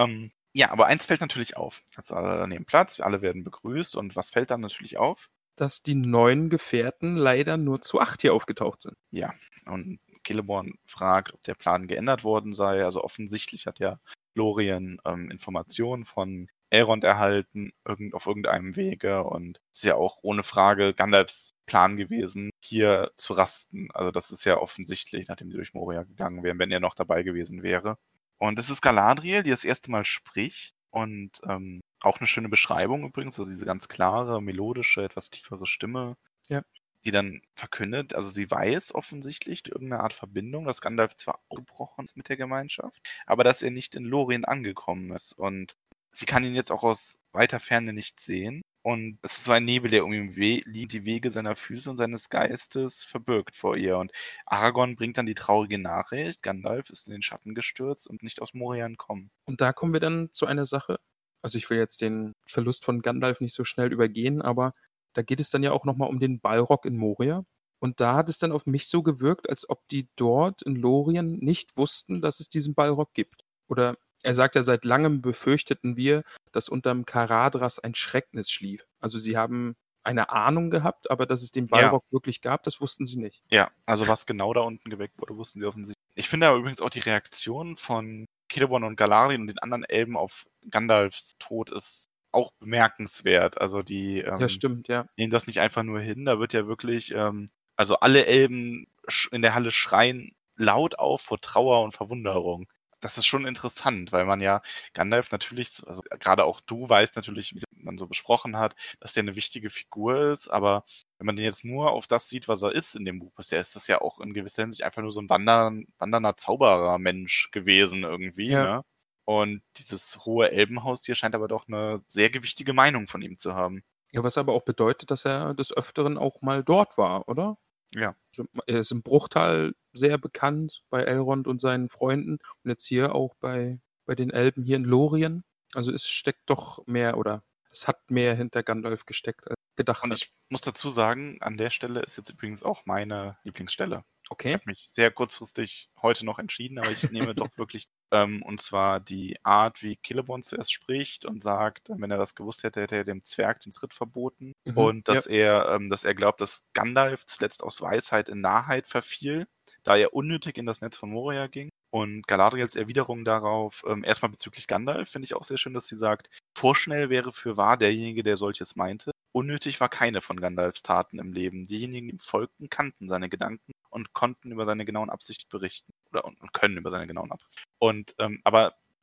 Ja, aber eins fällt natürlich auf. Also alle nehmen Platz, alle werden begrüßt und was fällt dann natürlich auf? Dass die neuen Gefährten leider nur zu 8 hier aufgetaucht sind. Ja, und Celeborn fragt, ob der Plan geändert worden sei. Also offensichtlich hat ja Lorien Informationen von Elrond erhalten, auf irgendeinem Wege. Und es ist ja auch ohne Frage Gandalfs Plan gewesen, hier zu rasten. Also das ist ja offensichtlich, nachdem sie durch Moria gegangen wären, wenn er noch dabei gewesen wäre. Und es ist Galadriel, die das erste Mal spricht und auch eine schöne Beschreibung übrigens, also diese ganz klare, melodische, etwas tiefere Stimme, Ja. die dann verkündet, also sie weiß offensichtlich irgendeine Art Verbindung, dass Gandalf zwar aufgebrochen ist mit der Gemeinschaft, aber dass er nicht in Lorien angekommen ist und sie kann ihn jetzt auch aus weiter Ferne nicht sehen und es ist so ein Nebel, der um ihn liegt, die Wege seiner Füße und seines Geistes verbirgt vor ihr und Aragorn bringt dann die traurige Nachricht, Gandalf ist in den Schatten gestürzt und nicht aus Moria entkommen. Und da kommen wir dann zu einer Sache. Also ich will jetzt den Verlust von Gandalf nicht so schnell übergehen, aber da geht es dann ja auch nochmal um den Balrog in Moria. Und da hat es dann auf mich so gewirkt, als ob die dort in Lorien nicht wussten, dass es diesen Balrog gibt. Oder er sagt ja, seit langem befürchteten wir, dass unterm Caradhras ein Schrecknis schlief. Also sie haben eine Ahnung gehabt, aber dass es den Balrog wirklich gab, das wussten sie nicht. Ja, also was genau da unten geweckt wurde, wussten sie offensichtlich. Ich finde aber übrigens auch die Reaktion von Celeborn und Galadriel und den anderen Elben auf Gandalfs Tod ist auch bemerkenswert. Also die Ja, stimmt, ja. nehmen das nicht einfach nur hin, da wird ja wirklich, also alle Elben in der Halle schreien laut auf vor Trauer und Verwunderung. Das ist schon interessant, weil man ja Gandalf natürlich, also gerade auch du weißt natürlich, wie man so besprochen hat, dass der eine wichtige Figur ist, aber wenn man den jetzt nur auf das sieht, was er ist in dem Buch bisher, ist das ja auch in gewisser Hinsicht einfach nur so ein wandernder Zauberer-Mensch gewesen irgendwie, Ja. ne? Und dieses hohe Elbenhaus hier scheint aber doch eine sehr gewichtige Meinung von ihm zu haben. Ja, was aber auch bedeutet, dass er des Öfteren auch mal dort war, oder? Ja. Also, er ist im Bruchtal sehr bekannt bei Elrond und seinen Freunden und jetzt hier auch bei den Elben hier in Lorien. Also es steckt doch mehr oder es hat mehr hinter Gandalf gesteckt, als gedacht Und hat. ich muss dazu sagen, an der Stelle ist jetzt übrigens auch meine Lieblingsstelle. Ich Okay. habe mich sehr kurzfristig heute noch entschieden, aber ich nehme doch wirklich, und zwar die Art, wie Celeborn zuerst spricht und sagt, wenn er das gewusst hätte, hätte er dem Zwerg den Schritt verboten. Und dass er glaubt, dass Gandalf zuletzt aus Weisheit in Narrheit verfiel, da er unnötig in das Netz von Moria ging. Und Galadriels Erwiderung darauf, erstmal bezüglich Gandalf, finde ich auch sehr schön, dass sie sagt, vorschnell wäre fürwahr derjenige, der solches meinte. Unnötig war keine von Gandalfs Taten im Leben. Diejenigen, die ihm folgten, kannten seine Gedanken und konnten über seine genauen Absichten berichten. Und können über seine genauen Absichten. Und aber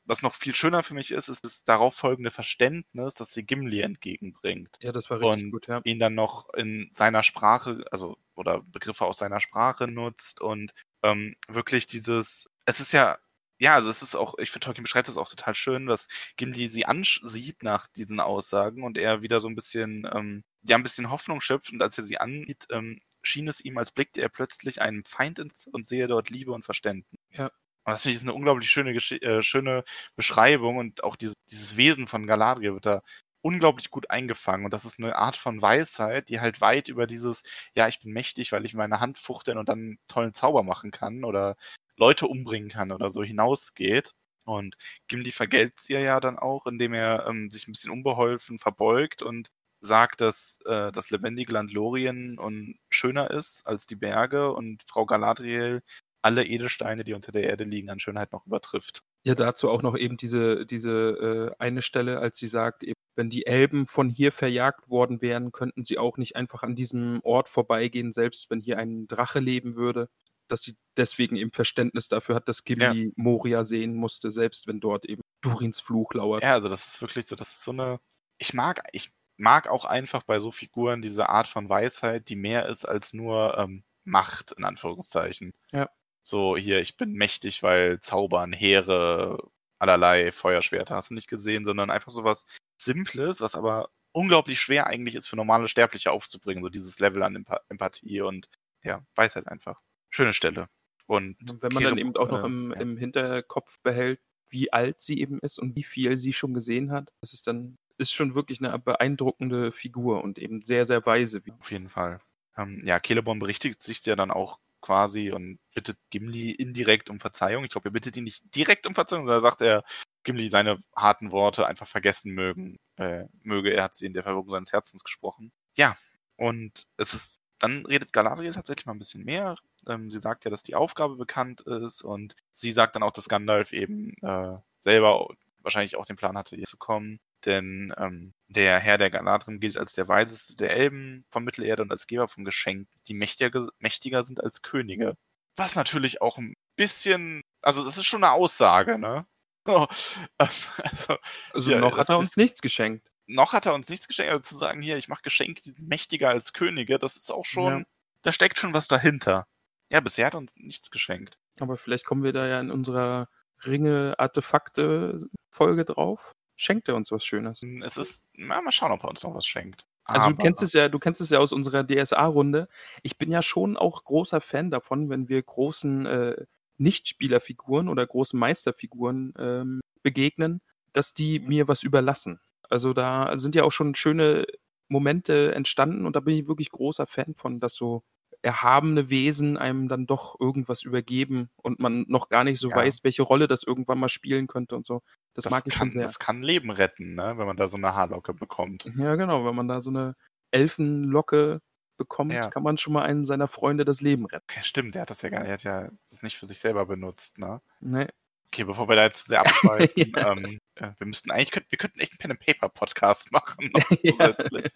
was noch viel schöner für mich ist das darauf folgende Verständnis, das sie Gimli entgegenbringt. Ja, das war richtig Und gut, ja. ihn dann noch in seiner Sprache, also oder Begriffe aus seiner Sprache nutzt und wirklich es ist ja, also es ist auch, ich finde, Tolkien beschreibt das auch total schön, dass Gimli sie ansieht nach diesen Aussagen und er wieder so ein bisschen, ein bisschen Hoffnung schöpft und als er sie ansieht, schien es ihm, als blickte er plötzlich einem Feind ins und sehe dort Liebe und Verständnis. Ja. Und das finde ich ist eine unglaublich schöne Beschreibung und auch dieses Wesen von Galadriel wird da unglaublich gut eingefangen und das ist eine Art von Weisheit, die halt weit über dieses, ja, ich bin mächtig, weil ich meine Hand fuchteln und dann einen tollen Zauber machen kann oder Leute umbringen kann oder so hinausgeht. Und Gimli vergelt's ihr ja dann auch, indem er sich ein bisschen unbeholfen verbeugt und sagt, dass das lebendige Land Lorien und schöner ist als die Berge und Frau Galadriel alle Edelsteine, die unter der Erde liegen, an Schönheit noch übertrifft. Ja, dazu auch noch eben diese eine Stelle, als sie sagt, eben, wenn die Elben von hier verjagt worden wären, könnten sie auch nicht einfach an diesem Ort vorbeigehen, selbst wenn hier ein Drache leben würde, dass sie deswegen eben Verständnis dafür hat, dass Gimli Moria sehen musste, selbst wenn dort eben Durins Fluch lauert. Ja, also das ist wirklich so, das ist so eine, ich mag auch einfach bei so Figuren diese Art von Weisheit, die mehr ist als nur Macht, in Anführungszeichen. Ja. So, hier, ich bin mächtig, weil Zaubern, Heere, allerlei Feuerschwerter hast du nicht gesehen, sondern einfach so was Simples, was aber unglaublich schwer eigentlich ist für normale Sterbliche aufzubringen, so dieses Level an Empathie und ja, Weisheit einfach. Schöne Stelle. Und wenn man dann eben auch noch ja. im Hinterkopf behält, wie alt sie eben ist und wie viel sie schon gesehen hat, das ist schon wirklich eine beeindruckende Figur und eben sehr, sehr weise. Auf jeden Fall. Ja, Celeborn berichtigt sich ja dann auch quasi und bittet Gimli indirekt um Verzeihung. Ich glaube, er bittet ihn nicht direkt um Verzeihung, sondern sagt er, Gimli seine harten Worte einfach vergessen möge. Er hat sie in der Verwirrung seines Herzens gesprochen. Ja, und dann redet Galadriel tatsächlich mal ein bisschen mehr. Sie sagt ja, dass die Aufgabe bekannt ist und sie sagt dann auch, dass Gandalf eben selber wahrscheinlich auch den Plan hatte, hier zu kommen. Denn der Herr der Galadrim gilt als der Weiseste der Elben von Mittelerde und als Geber von Geschenken, die mächtiger sind als Könige. Was natürlich auch ein bisschen, also das ist schon eine Aussage, ne? Also ja, noch hat er uns nichts geschenkt. Noch hat er uns nichts geschenkt, aber zu sagen, hier, ich mache Geschenke, die sind mächtiger als Könige, das ist auch schon, da steckt schon was dahinter. Ja, bisher hat er uns nichts geschenkt. Aber vielleicht kommen wir da ja in unserer Ringe-Artefakte-Folge drauf. Schenkt er uns was Schönes? Es ist, mal schauen, ob er uns noch was schenkt. Also du kennst es ja aus unserer DSA-Runde. Ich bin ja schon auch großer Fan davon, wenn wir großen Nichtspielerfiguren oder großen Meisterfiguren begegnen, dass die mir was überlassen. Also da sind ja auch schon schöne Momente entstanden und da bin ich wirklich großer Fan von, dass so erhabene Wesen einem dann doch irgendwas übergeben und man noch gar nicht so weiß, welche Rolle das irgendwann mal spielen könnte und so. Das mag ich schon sehr. Das kann Leben retten, ne? Wenn man da so eine Haarlocke bekommt. Ja, genau. Wenn man da so eine Elfenlocke bekommt, kann man schon mal einem seiner Freunde das Leben retten. Ja, stimmt, der hat das ja gar nicht, er hat ja das nicht für sich selber benutzt, ne? Nee. Okay, bevor wir da jetzt zu sehr abschweifen, wir könnten echt einen Pen-and-Paper-Podcast machen, noch zusätzlich.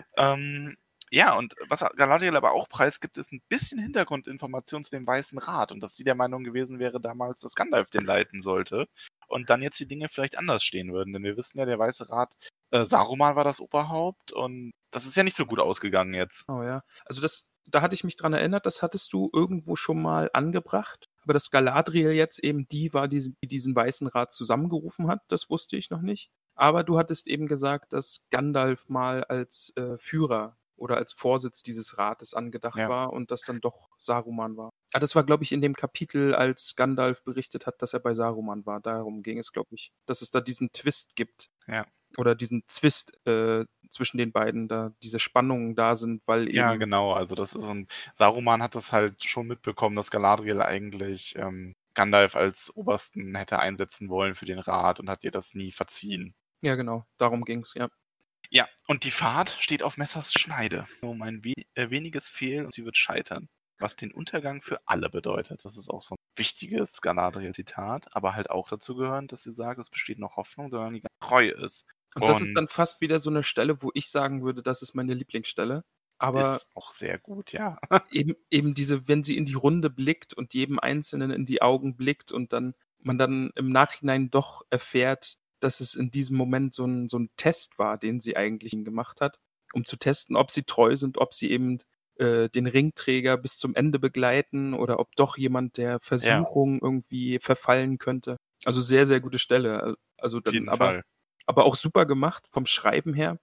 Ja, und was Galadriel aber auch preisgibt, ist ein bisschen Hintergrundinformation zu dem Weißen Rat und dass sie der Meinung gewesen wäre damals, dass Gandalf den leiten sollte und dann jetzt die Dinge vielleicht anders stehen würden, denn wir wissen ja, der Weiße Rat, Saruman war das Oberhaupt und das ist ja nicht so gut ausgegangen jetzt. Oh ja, also da hatte ich mich dran erinnert, das hattest du irgendwo schon mal angebracht, aber dass Galadriel jetzt eben die war, die diesen Weißen Rat zusammengerufen hat, das wusste ich noch nicht. Aber du hattest eben gesagt, dass Gandalf mal als Führer oder als Vorsitz dieses Rates angedacht war und das dann doch Saruman war. Ah, das war, glaube ich, in dem Kapitel, als Gandalf berichtet hat, dass er bei Saruman war. Darum ging es, glaube ich, dass es da diesen Twist gibt. Ja. Oder diesen Zwist zwischen den beiden, da diese Spannungen da sind, weil eben... Ja, genau, also das ist Saruman hat das halt schon mitbekommen, dass Galadriel eigentlich Gandalf als Obersten hätte einsetzen wollen für den Rat und hat ihr das nie verziehen. Ja, genau, darum ging's, ja. Ja, und die Fahrt steht auf Messers Schneide. Um ein weniges Fehl und sie wird scheitern. Was den Untergang für alle bedeutet. Das ist auch so ein wichtiges Galadriel-Zitat, aber halt auch dazu gehören, dass sie sagt, es besteht noch Hoffnung, sondern die treu ist. Und das ist dann fast wieder so eine Stelle, wo ich sagen würde, das ist meine Lieblingsstelle. Aber ist auch sehr gut, ja. eben diese, wenn sie in die Runde blickt und jedem Einzelnen in die Augen blickt und dann man dann im Nachhinein doch erfährt, dass es in diesem Moment so ein Test war, den sie eigentlich gemacht hat, um zu testen, ob sie treu sind, ob sie eben den Ringträger bis zum Ende begleiten oder ob doch jemand der Ja, Versuchung irgendwie verfallen könnte. Also sehr, sehr gute Stelle. Also auf dann jeden Fall. aber auch super gemacht vom Schreiben her.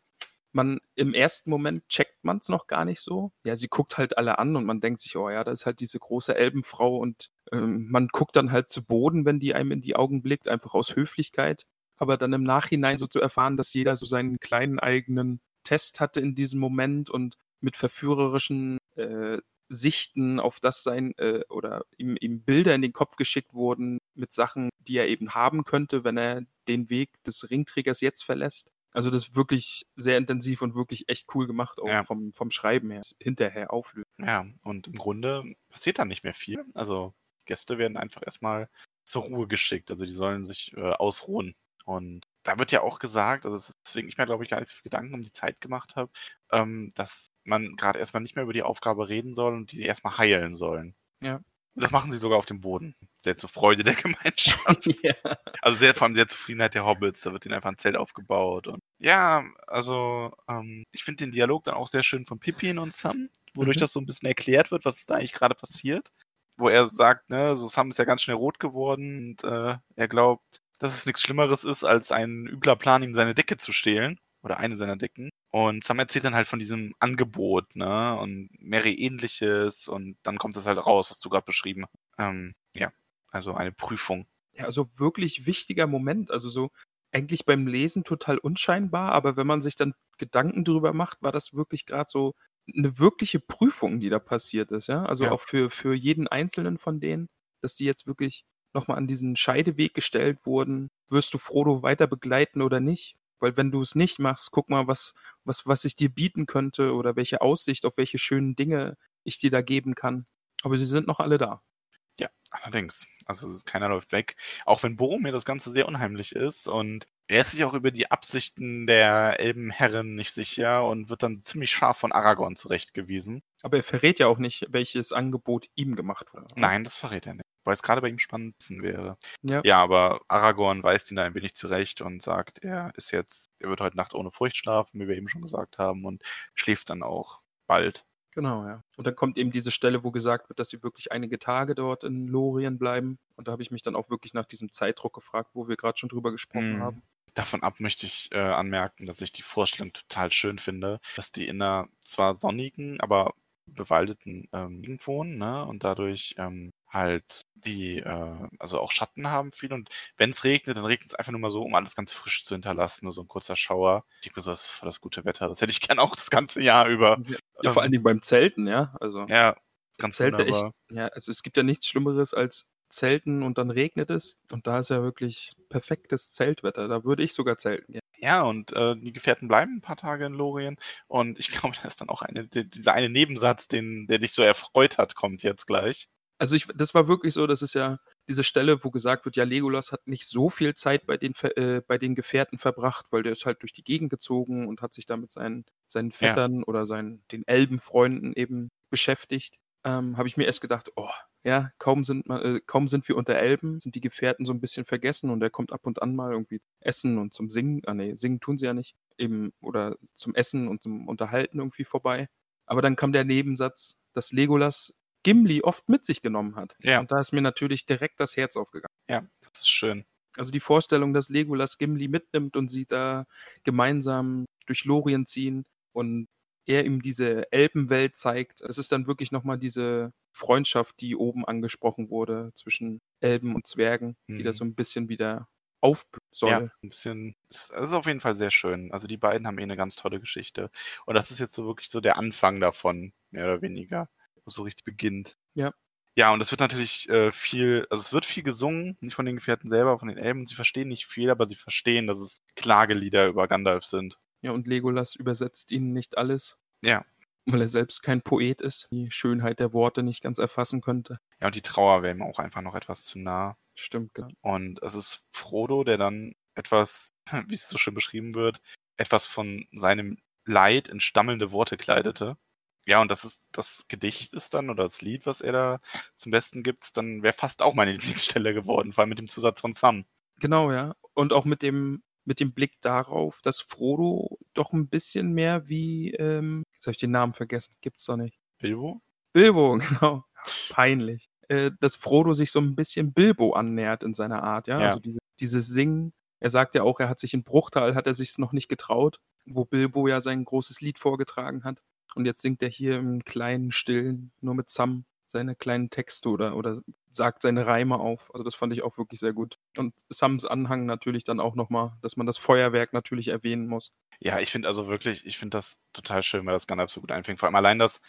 Im ersten Moment checkt man es noch gar nicht so. Ja, sie guckt halt alle an und man denkt sich, oh ja, da ist halt diese große Elbenfrau und man guckt dann halt zu Boden, wenn die einem in die Augen blickt, einfach aus Höflichkeit. Aber dann im Nachhinein so zu erfahren, dass jeder so seinen kleinen eigenen Test hatte in diesem Moment und mit verführerischen Sichten auf das sein oder ihm Bilder in den Kopf geschickt wurden mit Sachen, die er eben haben könnte, wenn er den Weg des Ringträgers jetzt verlässt. Also das ist wirklich sehr intensiv und wirklich echt cool gemacht, auch Ja, vom Schreiben her, hinterher auflösen. ja. Und im Grunde passiert dann nicht mehr viel. Also die Gäste werden einfach erstmal zur Ruhe geschickt. Also die sollen sich ausruhen. Und da wird ja auch gesagt, also deswegen ich mir, glaube ich, gar nicht so viel Gedanken um die Zeit gemacht habe, dass man gerade erstmal nicht mehr über die Aufgabe reden soll und die erstmal heilen sollen. Ja. Und das machen sie sogar auf dem Boden. Sehr zur Freude der Gemeinschaft. Ja. Also vor allem sehr Zufriedenheit der Hobbits. Da wird ihnen einfach ein Zelt aufgebaut. Und ja, also ich finde den Dialog dann auch sehr schön von Pippin und Sam, wodurch Mhm. das so ein bisschen erklärt wird, was da eigentlich gerade passiert. Wo er sagt, ne, so Sam ist ja ganz schnell rot geworden und er glaubt, dass es nichts Schlimmeres ist, als ein übler Plan, ihm seine Decke zu stehlen. Oder eine seiner Decken. Und Sam erzählt dann halt von diesem Angebot, ne? Und Mary ähnliches und dann kommt das halt raus, was du gerade beschrieben hast. Ja, also eine Prüfung. Ja, also wirklich wichtiger Moment. Also so eigentlich beim Lesen total unscheinbar, aber wenn man sich dann Gedanken drüber macht, war das wirklich gerade so eine wirkliche Prüfung, die da passiert ist, ja. Also Ja. auch für jeden Einzelnen von denen, dass die jetzt wirklich nochmal an diesen Scheideweg gestellt wurden. Wirst du Frodo weiter begleiten oder nicht? Weil wenn du es nicht machst, guck mal, was ich dir bieten könnte oder welche Aussicht auf welche schönen Dinge ich dir da geben kann. Aber sie sind noch alle da. Ja, allerdings. Also keiner läuft weg. Auch wenn Boromir das Ganze sehr unheimlich ist und er ist sich auch über die Absichten der Elbenherren nicht sicher und wird dann ziemlich scharf von Aragorn zurechtgewiesen. Aber er verrät ja auch nicht, welches Angebot ihm gemacht wurde. Oder? Nein, das verrät er nicht. Weil es gerade bei ihm spannend wäre. Ja. Ja, aber Aragorn weist ihn da ein wenig zurecht und sagt, er wird heute Nacht ohne Furcht schlafen, wie wir eben schon gesagt haben, und schläft dann auch bald. Genau, ja. Und dann kommt eben diese Stelle, wo gesagt wird, dass sie wirklich einige Tage dort in Lorien bleiben. Und da habe ich mich dann auch wirklich nach diesem Zeitdruck gefragt, wo wir gerade schon drüber gesprochen haben. Davon ab möchte ich anmerken, dass ich die Vorstellung total schön finde, dass die in einer zwar sonnigen, aber bewaldeten Gegend wohnen, ne? Und dadurch halt die, also auch Schatten haben viel. Und wenn es regnet, dann regnet es einfach nur mal so, um alles ganz frisch zu hinterlassen. Nur so ein kurzer Schauer. Ich denke, das ist voll das gute Wetter. Das hätte ich gern auch das ganze Jahr über. Ja, vor allen Dingen beim Zelten, ja. Also Ja, ist ganz Zelte echt, wunderbar. ja, also es gibt ja nichts Schlimmeres als Zelten und dann regnet es. Und da ist ja wirklich perfektes Zeltwetter. Da würde ich sogar zelten gehen. Ja, und die Gefährten bleiben ein paar Tage in Lorien. Und ich glaube, da ist dann auch dieser eine Nebensatz, der dich so erfreut hat, kommt jetzt gleich. Also das war wirklich so, das ist ja diese Stelle, wo gesagt wird, ja, Legolas hat nicht so viel Zeit bei den Gefährten verbracht, weil der ist halt durch die Gegend gezogen und hat sich da mit seinen Vettern oder den Elbenfreunden eben beschäftigt. Habe ich mir erst gedacht, oh, ja, kaum sind wir unter Elben, sind die Gefährten so ein bisschen vergessen und er kommt ab und an mal irgendwie essen und zum Singen, singen tun sie ja nicht, eben, oder zum Essen und zum Unterhalten irgendwie vorbei. Aber dann kam der Nebensatz, dass Legolas Gimli oft mit sich genommen hat. Ja. Und da ist mir natürlich direkt das Herz aufgegangen. Ja, das ist schön. Also die Vorstellung, dass Legolas Gimli mitnimmt und sie da gemeinsam durch Lorien ziehen und er ihm diese Elbenwelt zeigt, das ist dann wirklich nochmal diese Freundschaft, die oben angesprochen wurde zwischen Elben und Zwergen, die da so ein bisschen wieder aufblühen soll. Ja, ein bisschen. Das ist auf jeden Fall sehr schön. Also die beiden haben eine ganz tolle Geschichte. Und das ist jetzt so wirklich so der Anfang davon, mehr oder weniger, wo es so richtig beginnt. Ja. Ja, und es wird natürlich es wird viel gesungen, nicht von den Gefährten selber, von den Elben. Sie verstehen nicht viel, aber sie verstehen, dass es Klagelieder über Gandalf sind. Ja, und Legolas übersetzt ihnen nicht alles. Ja. Weil er selbst kein Poet ist, die Schönheit der Worte nicht ganz erfassen könnte. Ja, und die Trauer wäre ihm auch einfach noch etwas zu nah. Stimmt, genau. Und es ist Frodo, der dann etwas, wie es so schön beschrieben wird, etwas von seinem Leid in stammelnde Worte kleidete. Ja, und das Gedicht ist dann, oder das Lied, was er da zum Besten gibt, dann wäre fast auch meine Lieblingsstelle geworden, vor allem mit dem Zusatz von Sam. Genau, ja. Und auch mit dem Blick darauf, dass Frodo doch ein bisschen mehr wie, jetzt habe ich den Namen vergessen, gibt's doch nicht. Bilbo? Bilbo, genau. Peinlich. Dass Frodo sich so ein bisschen Bilbo annähert in seiner Art, ja. Ja. Also dieses Singen. Er sagt ja auch, er hat sich in Bruchtal, hat er sich's noch nicht getraut, wo Bilbo ja sein großes Lied vorgetragen hat. Und jetzt singt er hier im kleinen, stillen, nur mit Sam seine kleinen Texte oder sagt seine Reime auf. Also das fand ich auch wirklich sehr gut. Und Sams Anhang natürlich dann auch nochmal, dass man das Feuerwerk natürlich erwähnen muss. Ja, ich finde das total schön, weil das Gandalf so gut einfängt. Vor allem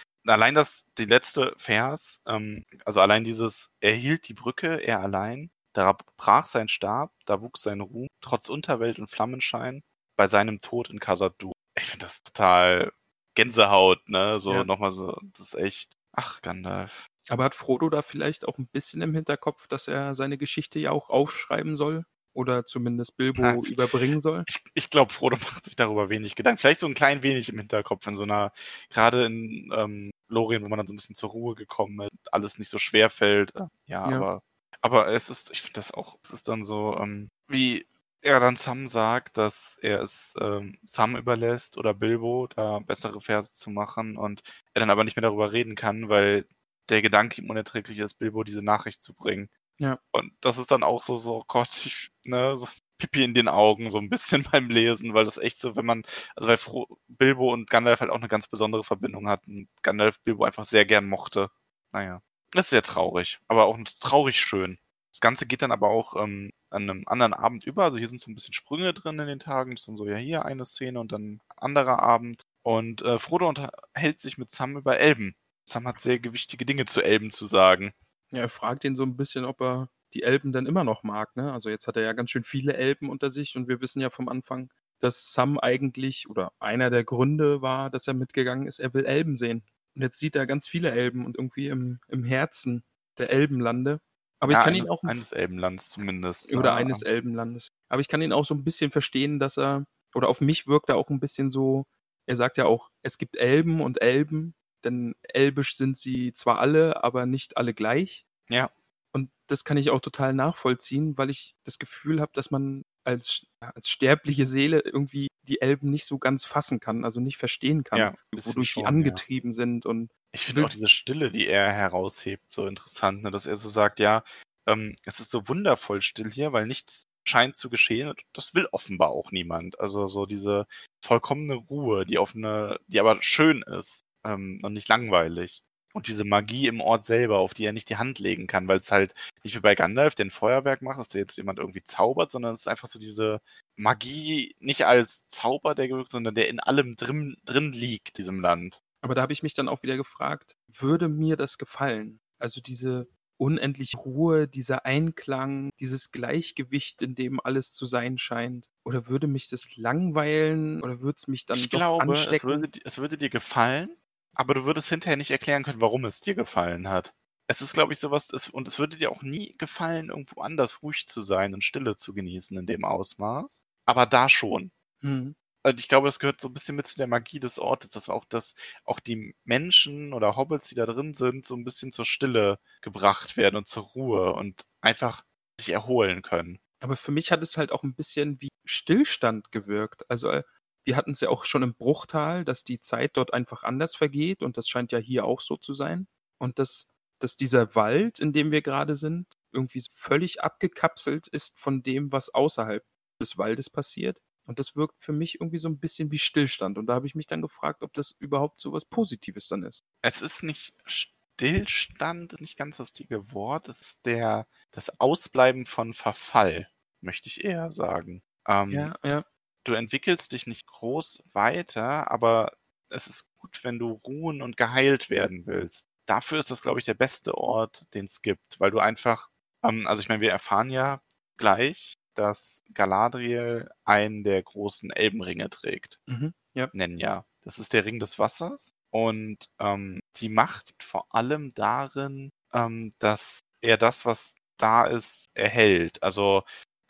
die letzte Vers, also allein dieses, er hielt die Brücke, er allein, da brach sein Stab, da wuchs sein Ruhm, trotz Unterwelt und Flammenschein, bei seinem Tod in Khazad-dûr. Ich finde das total Gänsehaut, ne? So Ja. nochmal so, das ist echt, ach, Gandalf. Aber hat Frodo da vielleicht auch ein bisschen im Hinterkopf, dass er seine Geschichte ja auch aufschreiben soll? Oder zumindest Bilbo überbringen soll? Ich glaube, Frodo macht sich darüber wenig Gedanken. Vielleicht so ein klein wenig im Hinterkopf in so einer, gerade in Lorien, wo man dann so ein bisschen zur Ruhe gekommen ist, alles nicht so schwer fällt. Ja, Ja. aber ich finde das auch, es ist dann so, wie er dann Sam sagt, dass er es Sam überlässt oder Bilbo, da bessere Verse zu machen und er dann aber nicht mehr darüber reden kann, weil der Gedanke ihm unerträglich ist, Bilbo diese Nachricht zu bringen. Ja. Und das ist dann auch so, oh Gott, so Pipi in den Augen, so ein bisschen beim Lesen, weil das echt so, weil Bilbo und Gandalf halt auch eine ganz besondere Verbindung hatten. Gandalf Bilbo einfach sehr gern mochte. Naja, das ist sehr traurig, aber auch traurig schön. Das Ganze geht dann aber auch an einem anderen Abend über. Also hier sind so ein bisschen Sprünge drin in den Tagen. Das ist dann so, ja, hier eine Szene und dann ein anderer Abend. Und Frodo unterhält sich mit Sam über Elben. Sam hat sehr gewichtige Dinge zu Elben zu sagen. Ja, er fragt ihn so ein bisschen, ob er die Elben denn immer noch mag, ne? Also jetzt hat er ja ganz schön viele Elben unter sich und wir wissen ja vom Anfang, dass Sam eigentlich oder einer der Gründe war, dass er mitgegangen ist, er will Elben sehen. Und jetzt sieht er ganz viele Elben und irgendwie im Herzen der Elbenlande. Aber ich Ja, kann ihn auch eines Elbenlands zumindest. oder Ne? eines Elbenlandes. Aber ich kann ihn auch so ein bisschen verstehen, dass er oder auf mich wirkt er auch ein bisschen so, er sagt ja auch, es gibt Elben und Elben, denn elbisch sind sie zwar alle, aber nicht alle gleich. Ja, Und das kann ich auch total nachvollziehen, weil ich das Gefühl habe, dass man als sterbliche Seele irgendwie die Elben nicht so ganz fassen kann, also nicht verstehen kann, ja, ein bisschen wodurch die schon, ja. angetrieben sind und Ich finde auch diese Stille, die er heraushebt, so interessant, ne? Dass er so sagt, ja, es ist so wundervoll still hier, weil nichts scheint zu geschehen. Und das will offenbar auch niemand. Also so diese vollkommene Ruhe, die aber schön ist und nicht langweilig. Und diese Magie im Ort selber, auf die er nicht die Hand legen kann, weil es halt nicht wie bei Gandalf, der ein Feuerwerk macht, dass da jetzt jemand irgendwie zaubert, sondern es ist einfach so diese Magie nicht als Zauber, der gewirkt, sondern der in allem drin liegt, diesem Land. aber da habe ich mich dann auch wieder gefragt, würde mir das gefallen? Also diese unendliche Ruhe, dieser Einklang, dieses Gleichgewicht, in dem alles zu sein scheint. Oder würde mich das langweilen oder würde es mich dann Ich doch glaube, anstecken? es würde dir gefallen, aber du würdest hinterher nicht erklären können, warum es dir gefallen hat. Es ist, glaube ich, und es würde dir auch nie gefallen, irgendwo anders ruhig zu sein und Stille zu genießen in dem Ausmaß. Aber da schon. Hm. Und ich glaube, das gehört so ein bisschen mit zu der Magie des Ortes, dass auch die Menschen oder Hobbits, die da drin sind, so ein bisschen zur Stille gebracht werden und zur Ruhe und einfach sich erholen können. Aber für mich hat es halt auch ein bisschen wie Stillstand gewirkt. Also, wir hatten es ja auch schon im Bruchtal, dass die Zeit dort einfach anders vergeht und das scheint ja hier auch so zu sein. Und dass dieser Wald, in dem wir gerade sind, irgendwie völlig abgekapselt ist von dem, was außerhalb des Waldes passiert. Und das wirkt für mich irgendwie so ein bisschen wie Stillstand. Und da habe ich mich dann gefragt, ob das überhaupt so was Positives dann ist. Es ist nicht Stillstand, ist nicht ganz das richtige Wort. Es ist das Ausbleiben von Verfall, möchte ich eher sagen. Ja, ja. Du entwickelst dich nicht groß weiter, aber es ist gut, wenn du ruhen und geheilt werden willst. Dafür ist das, glaube ich, der beste Ort, den es gibt, weil du einfach, also ich meine, wir erfahren ja gleich, dass Galadriel einen der großen Elbenringe trägt. Mhm. Ja. Nenja. Das ist der Ring des Wassers. Und die Macht liegt vor allem darin, dass er das, was da ist, erhält. Also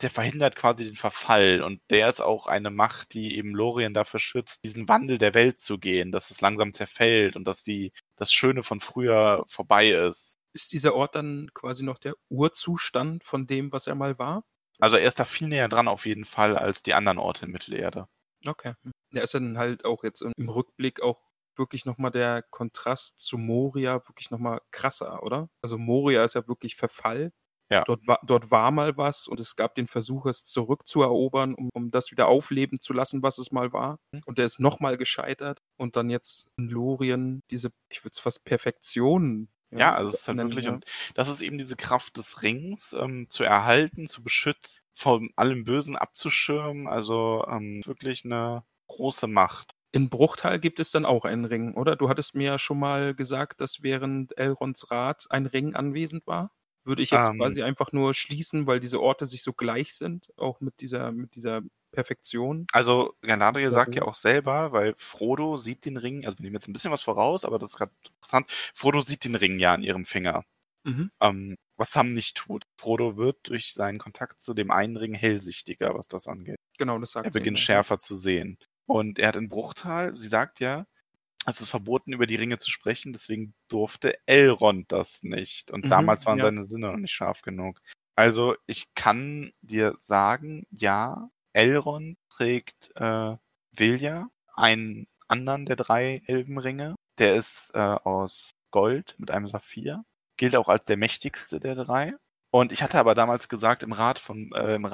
der verhindert quasi den Verfall und der ist auch eine Macht, die eben Lorien dafür schützt, diesen Wandel der Welt zu gehen, dass es langsam zerfällt und dass das Schöne von früher vorbei ist. Ist dieser Ort dann quasi noch der Urzustand von dem, was er mal war? Also er ist da viel näher dran auf jeden Fall als die anderen Orte in Mittelerde. Okay. Ja, ist dann halt auch jetzt im Rückblick auch wirklich nochmal der Kontrast zu Moria wirklich nochmal krasser, oder? Also Moria ist ja wirklich Verfall. Ja. Dort war mal was und es gab den Versuch, es zurückzuerobern, um das wieder aufleben zu lassen, was es mal war. Und der ist nochmal gescheitert. Und dann jetzt in Lorien diese, ich würde es fast Perfektion Ja, also es ist halt nennen, wirklich, ja. und das ist eben diese Kraft des Rings, zu erhalten, zu beschützen, von allem Bösen abzuschirmen, also wirklich eine große Macht. In Bruchtal gibt es dann auch einen Ring, oder? Du hattest mir ja schon mal gesagt, dass während Elronds Rat ein Ring anwesend war. Würde ich jetzt quasi einfach nur schließen, weil diese Orte sich so gleich sind, auch mit dieser Perfektion. Also Galadriel Dieser sagt ja Ring. auch selber, weil Frodo sieht den Ring, also wir nehmen jetzt ein bisschen was voraus, aber das ist gerade interessant, Frodo sieht den Ring ja an ihrem Finger. Mhm. Was Sam nicht tut. Frodo wird durch seinen Kontakt zu dem einen Ring hellsichtiger, was das angeht. Genau, das sagt Er sie beginnt ja. schärfer zu sehen. Und er hat in Bruchtal, sie sagt ja, es ist verboten, über die Ringe zu sprechen, deswegen durfte Elrond das nicht. Und damals waren ja. seine Sinne noch nicht scharf genug. Also ich kann dir sagen, ja, Elrond trägt Vilja, einen anderen der 3 Elbenringe. Der ist aus Gold mit einem Saphir. Gilt auch als der mächtigste der 3. Und ich hatte aber damals gesagt, im Rat von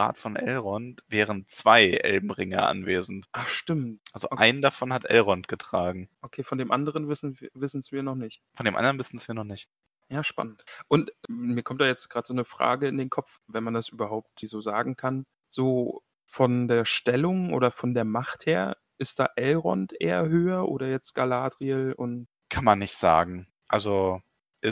Elrond wären 2 Elbenringe anwesend. Ach, stimmt. Also Okay. einen davon hat Elrond getragen. Okay, von dem anderen wissen wir noch nicht. Von dem anderen wissen wir noch nicht. Ja, spannend. Und mir kommt da jetzt gerade so eine Frage in den Kopf, wenn man das überhaupt so sagen kann. So von der Stellung oder von der Macht her, ist da Elrond eher höher oder jetzt Galadriel und Kann man nicht sagen. Also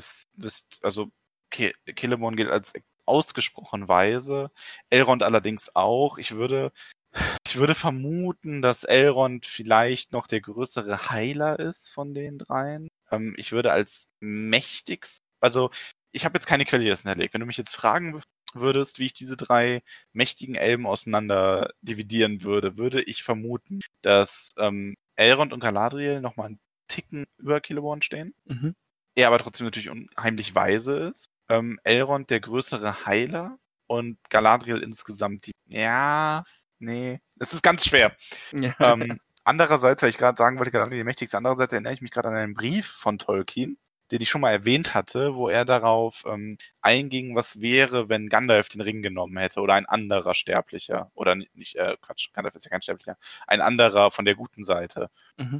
Celeborn gilt als ausgesprochen weise, Elrond allerdings auch. Ich würde vermuten, dass Elrond vielleicht noch der größere Heiler ist von den 3. Ich würde als mächtigst, also ich habe jetzt keine Quelle, die das hinterlegt. Wenn du mich jetzt fragen würdest, wie ich diese 3 mächtigen Elben auseinander dividieren würde ich vermuten, dass Elrond und Galadriel nochmal einen Ticken über Celeborn stehen. Er aber trotzdem natürlich unheimlich weise ist. Elrond der größere Heiler und Galadriel insgesamt es ist ganz schwer. ja. Andererseits, weil ich gerade sagen wollte, Galadriel die mächtigste, andererseits erinnere ich mich gerade an einen Brief von Tolkien, den ich schon mal erwähnt hatte, wo er darauf einging, was wäre, wenn Gandalf den Ring genommen hätte oder ein anderer Sterblicher. Oder Gandalf ist ja kein Sterblicher. Ein anderer von der guten Seite.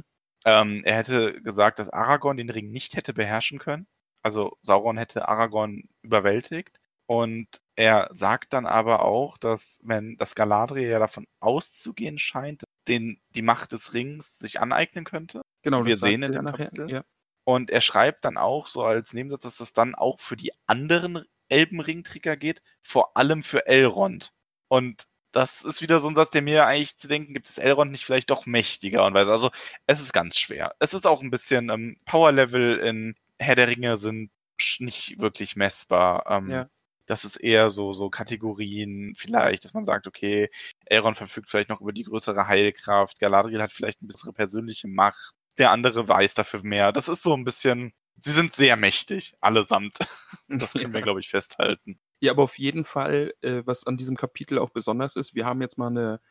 Er hätte gesagt, dass Aragorn den Ring nicht hätte beherrschen können. Also Sauron hätte Aragorn überwältigt. Und er sagt dann aber auch, dass Galadriel ja davon auszugehen scheint, die Macht des Rings sich aneignen könnte. Genau, Wir das sehen sagt in sie dem ja nachher. Kapitel. Ja. Und er schreibt dann auch so als Nebensatz, dass das dann auch für die anderen Elbenringträger geht, vor allem für Elrond. Und das ist wieder so ein Satz, der mir eigentlich zu denken gibt, ist Elrond nicht vielleicht doch mächtiger und weiß. Also es ist ganz schwer. Es ist auch ein bisschen Power-Level in Herr der Ringe sind nicht wirklich messbar. Ja. Das ist eher so Kategorien vielleicht, dass man sagt, okay, Elrond verfügt vielleicht noch über die größere Heilkraft, Galadriel hat vielleicht eine bessere persönliche Macht, der andere weiß dafür mehr. Das ist so ein bisschen, sie sind sehr mächtig, allesamt. Das können wir, glaube ich, festhalten. Ja, aber auf jeden Fall, was an diesem Kapitel auch besonders ist, wir haben jetzt mal eine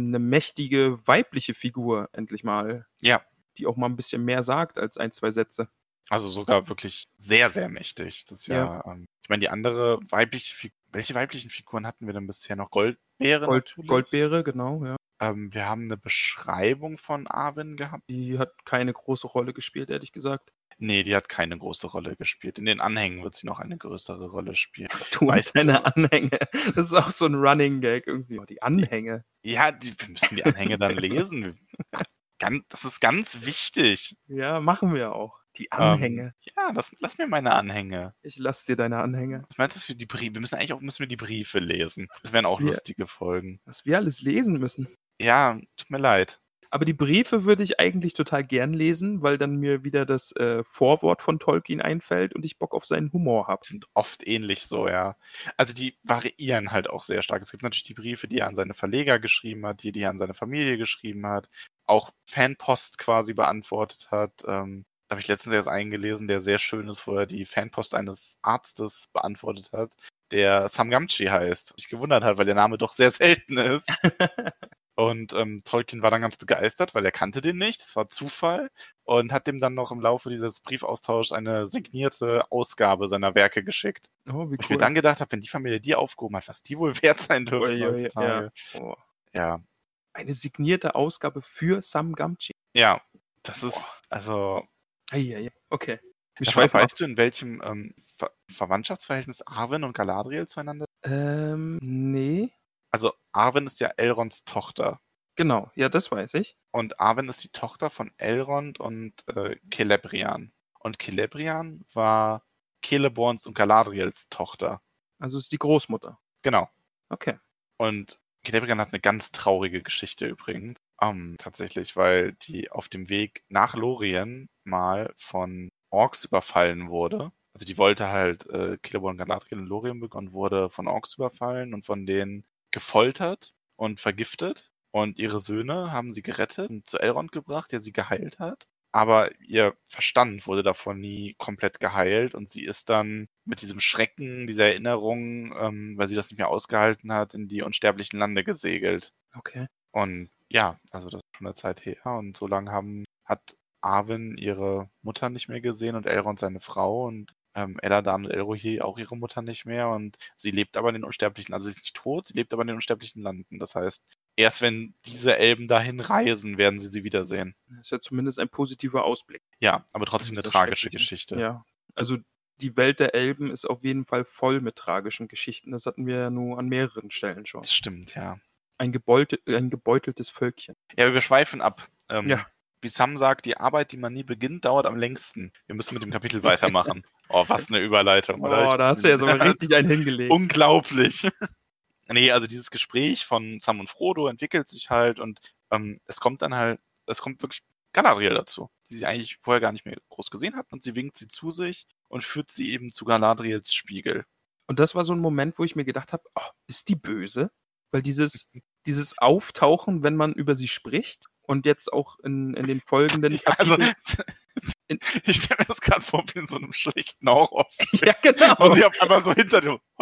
mächtige weibliche Figur endlich mal. Ja. Die auch mal ein bisschen mehr sagt als 1, 2 Sätze. Also sogar wirklich sehr, sehr mächtig. Das ist ja. Ich meine, die andere weibliche Figur, welche weiblichen Figuren hatten wir denn bisher noch? Goldbeere natürlich? Goldbeere, genau, ja. Wir haben eine Beschreibung von Arwen gehabt. Die hat keine große Rolle gespielt, ehrlich gesagt. Nee, die hat keine große Rolle gespielt. In den Anhängen wird sie noch eine größere Rolle spielen. Du und deine Anhänge. Das ist auch so ein Running Gag irgendwie. Die Anhänge. Ja, wir müssen die Anhänge dann lesen. Das ist ganz wichtig. Ja, machen wir auch. Die Anhänge. Ja, lass mir meine Anhänge. Ich lass dir deine Anhänge. Was meinst du für die Briefe? Müssen wir die Briefe lesen. Das wären auch lustige Folgen. Was wir alles lesen müssen. Ja, tut mir leid. Aber die Briefe würde ich eigentlich total gern lesen, weil dann mir wieder das Vorwort von Tolkien einfällt und ich Bock auf seinen Humor habe. Sind oft ähnlich so, ja. Also die variieren halt auch sehr stark. Es gibt natürlich die Briefe, die er an seine Verleger geschrieben hat, die er an seine Familie geschrieben hat, auch Fanpost quasi beantwortet hat. Da habe ich letztens erst einen gelesen, der sehr schön ist, wo er die Fanpost eines Arztes beantwortet hat, der Sam Gamgee heißt. Ich gewundert hat, weil der Name doch sehr selten ist. Und Tolkien war dann ganz begeistert, weil er kannte den nicht, das war Zufall, und hat dem dann noch im Laufe dieses Briefaustauschs eine signierte Ausgabe seiner Werke geschickt. Oh, wie Und ich mir cool. dann gedacht habe, wenn die Familie die aufgehoben hat, was die wohl wert sein dürften heutzutage. Ja. Oh. Ja, Eine signierte Ausgabe für Sam Gamgee. ja, das ist, also, Okay. Wir davon schweifen ab. weißt du, in welchem Verwandtschaftsverhältnis Arwen und Galadriel zueinander? Nee. Also Arwen ist ja Elronds Tochter. Genau, ja, das weiß ich. Und Arwen ist die Tochter von Elrond und Celebrian. Und Celebrian war Celeborns und Galadriels Tochter. Also ist die Großmutter. Genau. Okay. Und Celebrian hat eine ganz traurige Geschichte übrigens. Tatsächlich, weil die auf dem Weg nach Lorien mal von Orks überfallen wurde. Also die wollte halt Celeborn und Galadriel in Lorien bekommen und wurde von Orks überfallen und von denen gefoltert und vergiftet. Und ihre Söhne haben sie gerettet und zu Elrond gebracht, der sie geheilt hat. Aber ihr Verstand wurde davon nie komplett geheilt und sie ist dann mit diesem Schrecken, dieser Erinnerung, weil sie das nicht mehr ausgehalten hat, in die unsterblichen Lande gesegelt. Okay. Und ja, also das ist schon eine Zeit her und so lange hat Arwen ihre Mutter nicht mehr gesehen und Elrond seine Frau und Elladan und Elrohir auch ihre Mutter nicht mehr und sie lebt aber in den unsterblichen, also sie ist nicht tot, sie lebt aber in den unsterblichen Landen. Das heißt, erst wenn diese Elben dahin reisen, werden sie wiedersehen. Das ist ja zumindest ein positiver Ausblick. Ja, aber trotzdem eine Das tragische Schreckliche. Geschichte. Ja, also die Welt der Elben ist auf jeden Fall voll mit tragischen Geschichten. Das hatten wir ja nur an mehreren Stellen schon. Das stimmt, ja. Ein gebeuteltes Völkchen. Ja, wir schweifen ab. Ja. Wie Sam sagt, die Arbeit, die man nie beginnt, dauert am längsten. Wir müssen mit dem Kapitel weitermachen. Oh, was eine Überleitung, oder? Oh, da hast du ja sogar richtig einen hingelegt. Unglaublich. Nee, also dieses Gespräch von Sam und Frodo entwickelt sich halt und es kommt wirklich Galadriel dazu, die sie eigentlich vorher gar nicht mehr groß gesehen hat und sie winkt sie zu sich und führt sie eben zu Galadriels Spiegel. Und das war so ein Moment, wo ich mir gedacht habe, oh, ist die böse? Weil dieses Auftauchen, wenn man über sie spricht und jetzt auch in den folgenden Kapiteln... Ich stelle mir das gerade vor wie in so einem schlechten Horrorfilm. Ja, genau. Wo sie auf einmal so hinter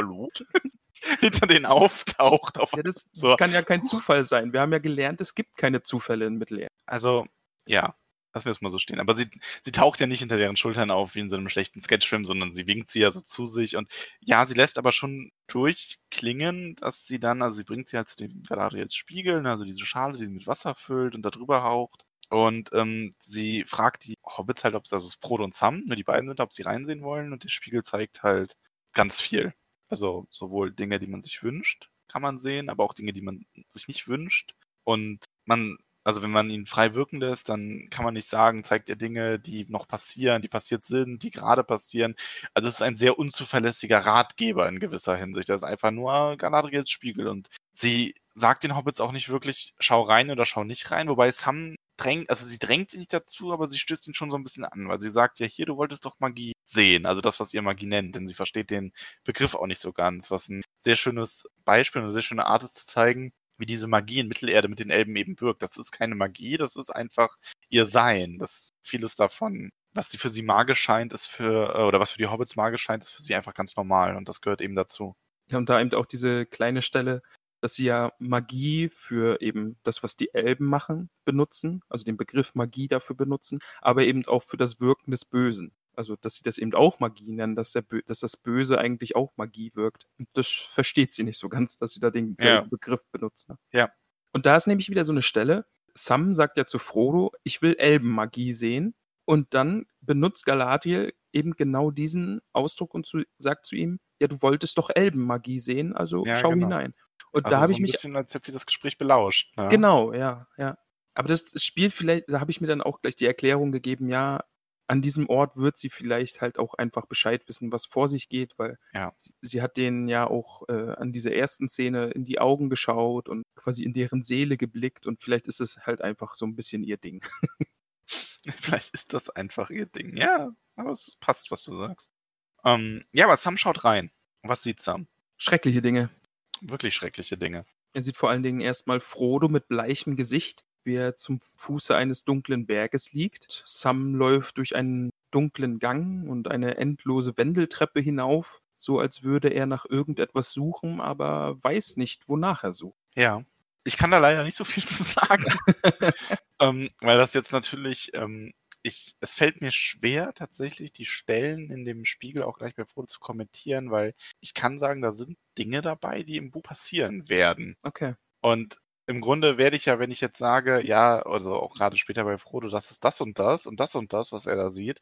denen auftaucht. Das kann ja kein Zufall sein. Wir haben ja gelernt, es gibt keine Zufälle in Mittelerde. Also, ja, lassen wir es mal so stehen. Aber sie taucht ja nicht hinter deren Schultern auf wie in so einem schlechten Sketchfilm, sondern sie winkt sie ja so zu sich. Und ja, sie lässt aber schon durchklingen, dass sie dann, also sie bringt sie halt zu den Galadriels Spiegeln, also diese Schale, die sie mit Wasser füllt und da drüber haucht. Und sie fragt die Hobbits halt, also es Frodo und Sam, nur die beiden sind, ob sie reinsehen wollen. Und der Spiegel zeigt halt ganz viel. Also sowohl Dinge, die man sich wünscht, kann man sehen, aber auch Dinge, die man sich nicht wünscht. Und also wenn man ihn frei wirken lässt, dann kann man nicht sagen, zeigt er Dinge, die noch passieren, die passiert sind, die gerade passieren. Also es ist ein sehr unzuverlässiger Ratgeber in gewisser Hinsicht. Das ist einfach nur Galadriels Spiegel. Und sie sagt den Hobbits auch nicht wirklich, schau rein oder schau nicht rein, wobei Sam sie drängt ihn nicht dazu, aber sie stößt ihn schon so ein bisschen an, weil sie sagt ja hier, du wolltest doch Magie sehen, also das, was ihr Magie nennt, denn sie versteht den Begriff auch nicht so ganz, was ein sehr schönes Beispiel, eine sehr schöne Art ist zu zeigen, wie diese Magie in Mittelerde mit den Elben eben wirkt. Das ist keine Magie, das ist einfach ihr Sein. Das vieles davon, was für sie magisch scheint, oder was für die Hobbits magisch scheint, ist für sie einfach ganz normal und das gehört eben dazu. Ja, und da eben auch diese kleine Stelle, dass sie ja Magie für eben das, was die Elben machen, benutzen, also den Begriff Magie dafür benutzen, aber eben auch für das Wirken des Bösen. Also, dass sie das eben auch Magie nennen, dass das Böse eigentlich auch Magie wirkt. Und das versteht sie nicht so ganz, dass sie da denselben Begriff benutzen. Ja. Und da ist nämlich wieder so eine Stelle, Sam sagt ja zu Frodo, ich will Elbenmagie sehen. Und dann benutzt Galadriel eben genau diesen Ausdruck und sagt zu ihm, ja, du wolltest doch Elbenmagie sehen, also schau hinein. Und also da habe so ich mich... ein bisschen, als hätte sie das Gespräch belauscht. Ne? Genau, ja. Aber das Spiel vielleicht, da habe ich mir dann auch gleich die Erklärung gegeben, ja, an diesem Ort wird sie vielleicht halt auch einfach Bescheid wissen, was vor sich geht, weil Ja. sie hat denen ja auch an dieser ersten Szene in die Augen geschaut und quasi in deren Seele geblickt und vielleicht ist es halt einfach so ein bisschen ihr Ding. Vielleicht ist das einfach ihr Ding. Ja, aber es passt, was du sagst. Ja, aber Sam schaut rein. Was sieht Sam? Schreckliche Dinge. Wirklich schreckliche Dinge. Er sieht vor allen Dingen erstmal Frodo mit bleichem Gesicht, wie er zum Fuße eines dunklen Berges liegt. Sam läuft durch einen dunklen Gang und eine endlose Wendeltreppe hinauf, so als würde er nach irgendetwas suchen, aber weiß nicht, wonach er sucht. Ja. Ich kann da leider nicht so viel zu sagen. Weil das jetzt natürlich, es fällt mir schwer, tatsächlich die Stellen in dem Spiegel auch gleich bei Frodo zu kommentieren, weil ich kann sagen, da sind Dinge dabei, die im Buch passieren werden. Okay. Und im Grunde werde ich ja, wenn ich jetzt sage, ja, also auch gerade später bei Frodo, das ist das und das und das und das, was er da sieht,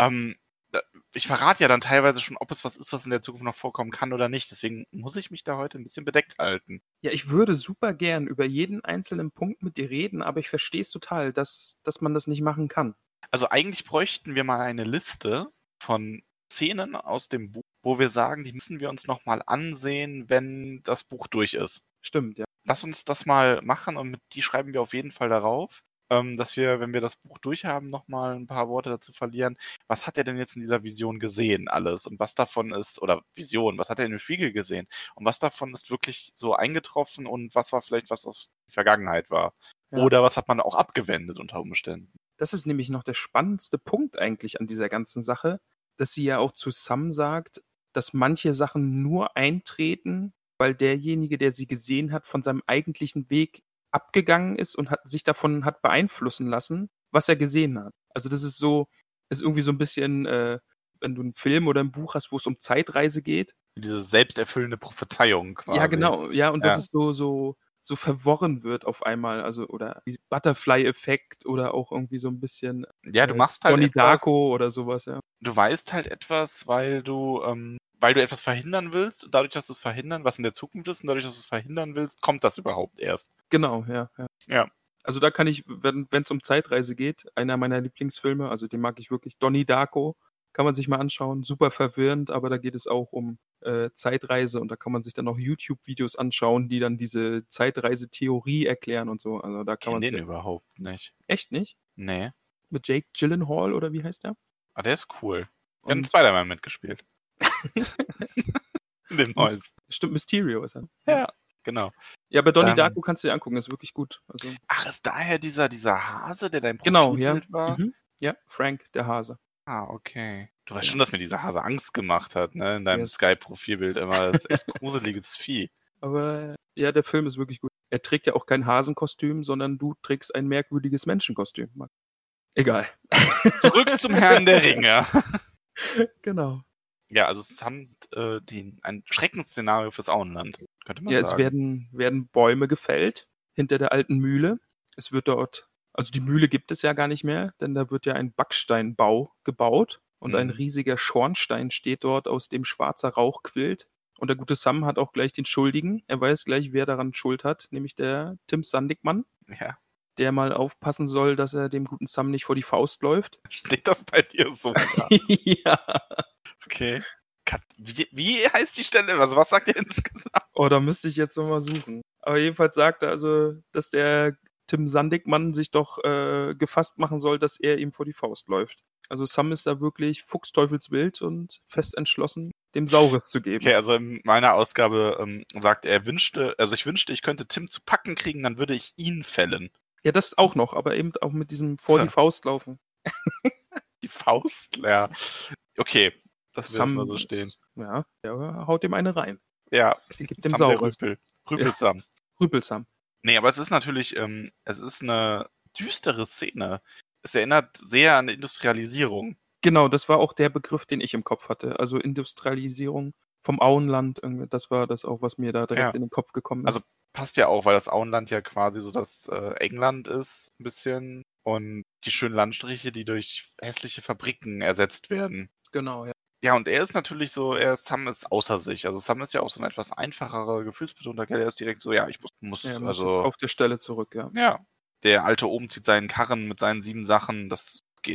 ich verrate ja dann teilweise schon, ob es was ist, was in der Zukunft noch vorkommen kann oder nicht. Deswegen muss ich mich da heute ein bisschen bedeckt halten. Ja, ich würde super gern über jeden einzelnen Punkt mit dir reden, aber ich verstehe es total, dass man das nicht machen kann. Also eigentlich bräuchten wir mal eine Liste von Szenen aus dem Buch, wo wir sagen, die müssen wir uns nochmal ansehen, wenn das Buch durch ist. Stimmt, ja. Lass uns das mal machen und die schreiben wir auf jeden Fall darauf, dass wir, wenn wir das Buch durchhaben, nochmal ein paar Worte dazu verlieren. Was hat er denn jetzt in dieser Vision gesehen alles? Und was davon ist, oder Vision, was hat er in dem Spiegel gesehen? Und was davon ist wirklich so eingetroffen und was war vielleicht, was aus der Vergangenheit war? Ja. Oder was hat man auch abgewendet unter Umständen? Das ist nämlich noch der spannendste Punkt eigentlich an dieser ganzen Sache, dass sie ja auch zu Sam sagt, dass manche Sachen nur eintreten, weil derjenige, der sie gesehen hat, von seinem eigentlichen Weg abgegangen ist und sich davon hat beeinflussen lassen, was er gesehen hat. Also das ist irgendwie so ein bisschen, wenn du einen Film oder ein Buch hast, wo es um Zeitreise geht. Diese selbsterfüllende Prophezeiung quasi. Ja, genau, ja, und dass es so verworren wird auf einmal, also oder wie Butterfly-Effekt oder auch irgendwie so ein bisschen Ja, du machst halt Donnie Darko oder sowas, ja. Du weißt halt etwas, weil du etwas verhindern willst, und dadurch, dass du es verhindern, was in der Zukunft ist, und dadurch, dass du es verhindern willst, kommt das überhaupt erst. Genau, ja. Ja. Also da kann ich, wenn es um Zeitreise geht, einer meiner Lieblingsfilme, also den mag ich wirklich, Donnie Darko, kann man sich mal anschauen, super verwirrend, aber da geht es auch um Zeitreise und da kann man sich dann auch YouTube-Videos anschauen, die dann diese Zeitreise-Theorie erklären und so. Also da kann man den überhaupt nicht. Echt nicht? Nee. Mit Jake Gyllenhaal oder wie heißt der? Ah, der ist cool. Der hat in Spider-Man mitgespielt. In dem Neues. Stimmt, Mysterio ist er. Ja, genau. Ja, bei Donnie Darko kannst du dir angucken, das ist wirklich gut. Also, ach, ist daher dieser Hase, der dein Profilbild war? Mhm. Ja, Frank, der Hase. Ah, okay. Du weißt schon, dass mir dieser Hase Angst gemacht hat, ne? In deinem Skype-Profilbild immer. Das ist echt gruseliges Vieh. Aber ja, der Film ist wirklich gut. Er trägt ja auch kein Hasenkostüm, sondern du trägst ein merkwürdiges Menschenkostüm. Egal. Zurück zum Herrn der Ringe. Genau. Ja, also es haben ein Schreckensszenario fürs Auenland, könnte man sagen. Ja, es werden Bäume gefällt hinter der alten Mühle. Es wird dort, also die Mühle gibt es ja gar nicht mehr, denn da wird ja ein Backsteinbau gebaut und ein riesiger Schornstein steht dort, aus dem schwarzer Rauch quillt. Und der gute Sam hat auch gleich den Schuldigen. Er weiß gleich, wer daran Schuld hat, nämlich der Tim Sandigmann. Ja. Der mal aufpassen soll, dass er dem guten Sam nicht vor die Faust läuft. Steht das bei dir so? Ja. Okay. Wie heißt die Stelle? Also was sagt er insgesamt? Oh, da müsste ich jetzt nochmal suchen. Aber jedenfalls sagt er also, dass der Tim Sandigmann sich doch gefasst machen soll, dass er ihm vor die Faust läuft. Also Sam ist da wirklich fuchsteufelswild und fest entschlossen, dem Saures zu geben. Okay, also in meiner Ausgabe sagt er, ich wünschte, ich könnte Tim zu packen kriegen, dann würde ich ihn fällen. Ja, das auch noch, aber eben auch mit diesem vor die Faust laufen. Die Faust? Ja. Okay, das wird mal so stehen. Ja, der haut dem eine rein. Ja, der gibt dem Saures. Rüpelsam. Ja. Rüpelsam. Nee, aber es ist natürlich, es ist eine düstere Szene. Es erinnert sehr an Industrialisierung. Genau, das war auch der Begriff, den ich im Kopf hatte. Also Industrialisierung vom Auenland, das war das auch, was mir da direkt in den Kopf gekommen ist. Also passt ja auch, weil das Auenland ja quasi so das England ist, ein bisschen. Und die schönen Landstriche, die durch hässliche Fabriken ersetzt werden. Genau, ja. Ja, und er ist natürlich so, Sam ist außer sich. Also Sam ist ja auch so ein etwas einfacherer, gefühlsbetonter Kerl. Er ist direkt so, ja, ich muss er muss auf der Stelle zurück, ja. Ja, der alte oben zieht seinen Karren mit seinen 7 Sachen, das geht nicht.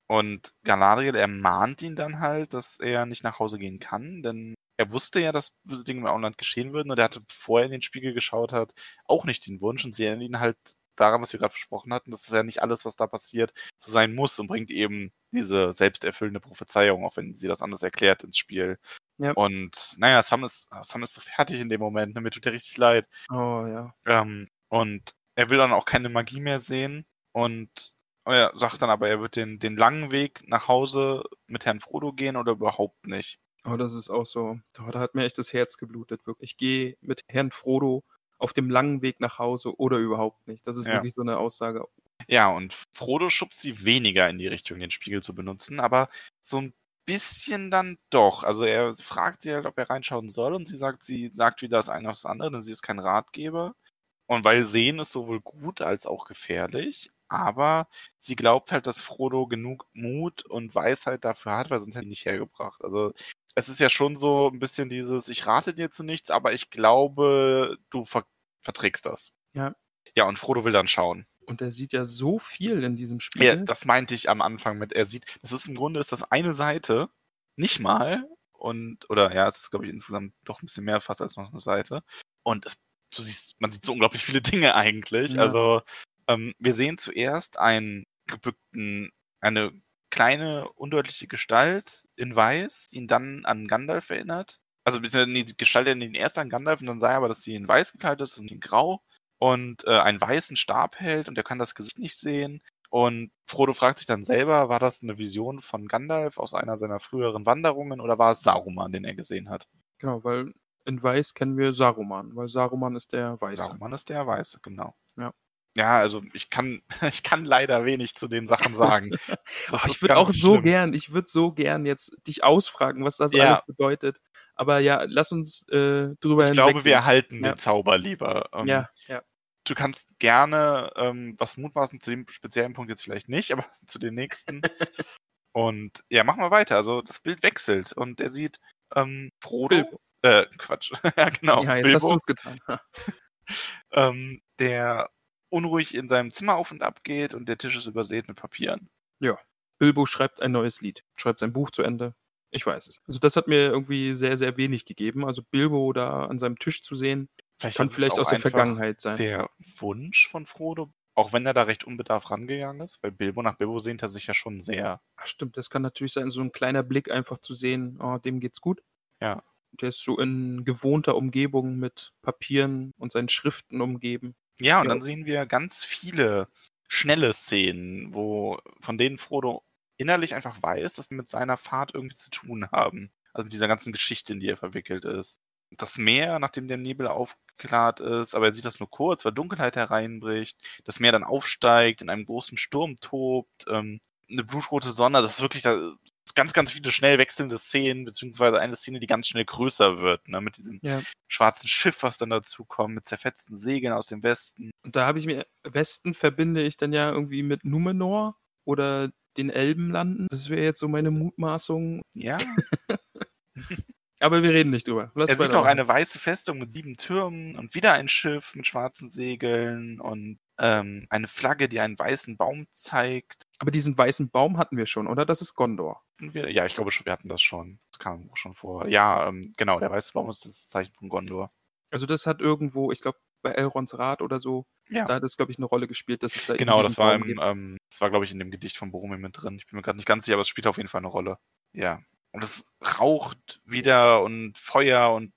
Und Galadriel ermahnt ihn dann halt, dass er nicht nach Hause gehen kann, denn er wusste ja, dass böse Dinge im Auenland geschehen würden und er hatte, bevor er in den Spiegel geschaut hat, auch nicht den Wunsch und sie erinnert ihn halt daran, was wir gerade besprochen hatten, dass es ja nicht alles, was da passiert, so sein muss und bringt eben diese selbsterfüllende Prophezeiung, auch wenn sie das anders erklärt, ins Spiel. Ja. Und naja, Sam ist so fertig in dem Moment, ne? Mir tut er richtig leid. Oh ja. Und er will dann auch keine Magie mehr sehen und er sagt dann aber, er wird den langen Weg nach Hause mit Herrn Frodo gehen oder überhaupt nicht. Oh, das ist auch so. Oh, da hat mir echt das Herz geblutet, wirklich. Ich gehe mit Herrn Frodo auf dem langen Weg nach Hause oder überhaupt nicht. Das ist Ja. wirklich so eine Aussage. Ja, und Frodo schubst sie weniger in die Richtung, den Spiegel zu benutzen, aber so ein bisschen dann doch. Also er fragt sie halt, ob er reinschauen soll und sie sagt wieder das eine auf das andere, denn sie ist kein Ratgeber. Und weil Sehen ist sowohl gut als auch gefährlich, aber sie glaubt halt, dass Frodo genug Mut und Weisheit dafür hat, weil sonst hätte er ihn nicht hergebracht. Also es ist ja schon so ein bisschen dieses, ich rate dir zu nichts, aber ich glaube, du verträgst das. Ja. Ja, und Frodo will dann schauen. Und er sieht ja so viel in diesem Ja, Spiegel. das meinte ich am Anfang mit, er sieht, das ist im Grunde ist das eine Seite, nicht mal, oder ja, es ist, glaube ich, insgesamt doch ein bisschen mehr fast als noch eine Seite. Und man sieht so unglaublich viele Dinge eigentlich. Ja. Also, wir sehen zuerst eine kleine, undeutliche Gestalt in Weiß, ihn dann an Gandalf erinnert. Also, die Gestalt erinnert ihn erst an Gandalf und dann sah er aber, dass sie in Weiß gekleidet ist und in Grau und einen weißen Stab hält und er kann das Gesicht nicht sehen. Und Frodo fragt sich dann selber, war das eine Vision von Gandalf aus einer seiner früheren Wanderungen oder war es Saruman, den er gesehen hat? Genau, weil in Weiß kennen wir Saruman, weil Saruman ist der Weiße. Saruman ist der Weiße, genau. Ja. Ja, also ich kann leider wenig zu den Sachen sagen. Ich würde so gern jetzt dich ausfragen, was das alles bedeutet. Aber ja, lass uns drüber hinweggehen. Ich glaube, wir erhalten den Zauber lieber. Ja. Du kannst gerne was mutmaßen, zu dem speziellen Punkt jetzt vielleicht nicht, aber zu den nächsten. Und ja, machen wir weiter. Also das Bild wechselt und er sieht Frodo. Bilbo. Quatsch. Ja, genau. Ja, jetzt Bilbo, hast du es getan. der unruhig in seinem Zimmer auf und ab geht und der Tisch ist übersät mit Papieren. Ja. Bilbo schreibt ein neues Lied, schreibt sein Buch zu Ende. Ich weiß es. Also das hat mir irgendwie sehr, sehr wenig gegeben. Also Bilbo da an seinem Tisch zu sehen, kann vielleicht aus der Vergangenheit sein. Der Wunsch von Frodo, auch wenn er da recht unbedarft rangegangen ist, weil nach Bilbo sehnt er sich ja schon sehr. Ach stimmt, das kann natürlich sein, so ein kleiner Blick einfach zu sehen, oh, dem geht's gut. Ja. Der ist so in gewohnter Umgebung mit Papieren und seinen Schriften umgeben. Ja, und dann sehen wir ganz viele schnelle Szenen, von denen Frodo innerlich einfach weiß, dass sie mit seiner Fahrt irgendwie zu tun haben. Also mit dieser ganzen Geschichte, in die er verwickelt ist. Das Meer, nachdem der Nebel aufgeklärt ist, aber er sieht das nur kurz, weil Dunkelheit hereinbricht. Das Meer dann aufsteigt, in einem großen Sturm tobt. Eine blutrote Sonne, das ist wirklich ganz, ganz viele schnell wechselnde Szenen, beziehungsweise eine Szene, die ganz schnell größer wird, ne, mit diesem schwarzen Schiff, was dann dazu kommt, mit zerfetzten Segeln aus dem Westen. Und da Westen verbinde ich dann ja irgendwie mit Numenor oder den Elbenlanden. Das wäre jetzt so meine Mutmaßung. Ja. Aber wir reden nicht drüber. Er sieht noch eine weiße Festung mit 7 Türmen und wieder ein Schiff mit schwarzen Segeln und eine Flagge, die einen weißen Baum zeigt. Aber diesen weißen Baum hatten wir schon, oder? Das ist Gondor. Ja, ich glaube schon, wir hatten das schon. Das kam schon vor. Ja, genau, der weiße Baum ist das Zeichen von Gondor. Also das hat irgendwo, ich glaube, bei Elrons Rat oder so, da hat es, glaube ich, eine Rolle gespielt, dass es da genau, das war, glaube ich, in dem Gedicht von Boromir mit drin. Ich bin mir gerade nicht ganz sicher, aber es spielt auf jeden Fall eine Rolle. Ja. Und es raucht wieder und Feuer und